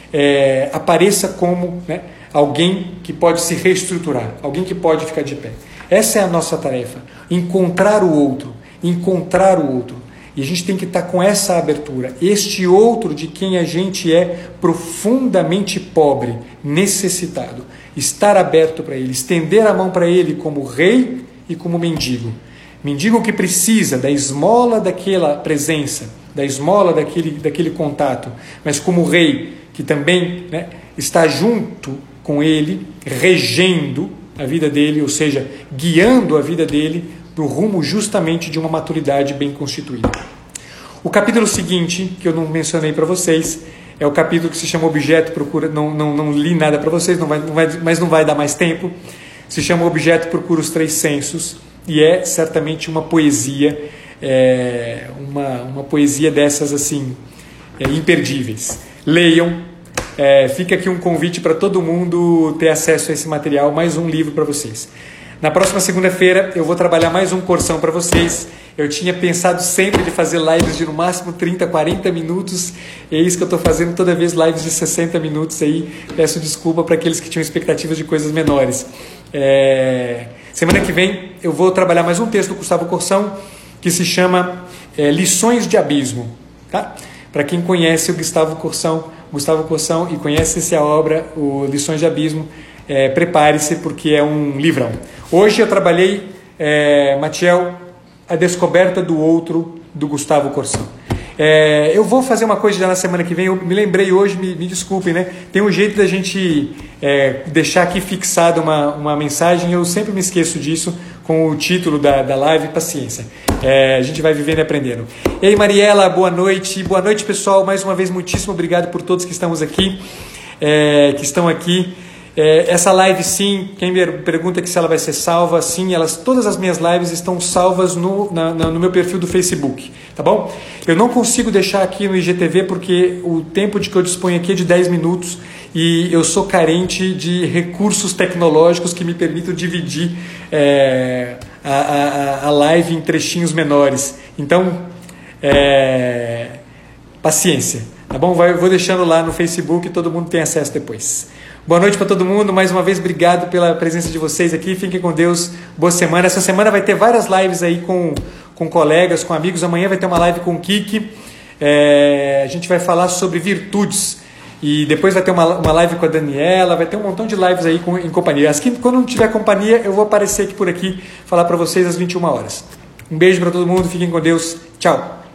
é, apareça como, né, alguém que pode se reestruturar, alguém que pode ficar de pé. Essa é a nossa tarefa, encontrar o outro, encontrar o outro. E a gente tem que estar com essa abertura. Este outro de quem a gente é profundamente pobre, necessitado. Estar aberto para ele, estender a mão para ele como rei e como mendigo. Mendigo que precisa da esmola daquela presença, da esmola daquele, daquele contato, mas como rei que também, né, está junto com ele, regendo a vida dele, ou seja, guiando a vida dele para o rumo justamente de uma maturidade bem constituída. O capítulo seguinte, que eu não mencionei para vocês, é o capítulo que se chama Objeto Procura, não, não, não li nada para vocês, não vai, não vai, mas não vai dar mais tempo, se chama Objeto Procura os Três Sensos, e é certamente uma poesia, é, uma, uma poesia dessas assim, é, imperdíveis. Leiam, é, fica aqui um convite para todo mundo ter acesso a esse material, mais um livro para vocês. Na próxima segunda-feira eu vou trabalhar mais um cursão para vocês. Eu tinha pensado sempre de fazer lives de no máximo trinta, quarenta minutos. É isso que eu estou fazendo toda vez, lives de sessenta minutos aí. Peço desculpa para aqueles que tinham expectativas de coisas menores. É... Semana que vem eu vou trabalhar mais um texto do Gustavo Corsão que se chama é, Lições de Abismo. Tá? Para quem conhece o Gustavo Corsão, Gustavo Corsão e conhece essa obra, o Lições de Abismo, É, prepare-se porque é um livrão. Hoje eu trabalhei, é, Matiel, A Descoberta do Outro, do Gustavo Corsão. É, eu vou fazer uma coisa já na semana que vem, eu me lembrei hoje, me, me desculpem, né? Tem um jeito da gente é, deixar aqui fixada uma, uma mensagem, eu sempre me esqueço disso, com o título da, da live, paciência. É, a gente vai vivendo e aprendendo. Ei, Mariela, boa noite. Boa noite, pessoal. Mais uma vez, muitíssimo obrigado por todos que estamos aqui, é, que estão aqui. É, essa live, sim, quem me pergunta que se ela vai ser salva, sim, elas, todas as minhas lives estão salvas no, na, no meu perfil do Facebook, tá bom? Eu não consigo deixar aqui no I G T V porque o tempo de que eu disponho aqui é de dez minutos e eu sou carente de recursos tecnológicos que me permitam dividir é, a, a, a live em trechinhos menores. Então, é, paciência, tá bom? Vai, eu vou deixando lá no Facebook e todo mundo tem acesso depois. Boa noite para todo mundo, mais uma vez obrigado pela presença de vocês aqui, fiquem com Deus, boa semana. Essa semana vai ter várias lives aí com, com colegas, com amigos, amanhã vai ter uma live com o Kiki, é, a gente vai falar sobre virtudes e depois vai ter uma, uma live com a Daniela, vai ter um montão de lives aí com, em companhia. As que, quando não tiver companhia eu vou aparecer aqui por aqui, falar para vocês às vinte e uma horas. Um beijo para todo mundo, fiquem com Deus, tchau!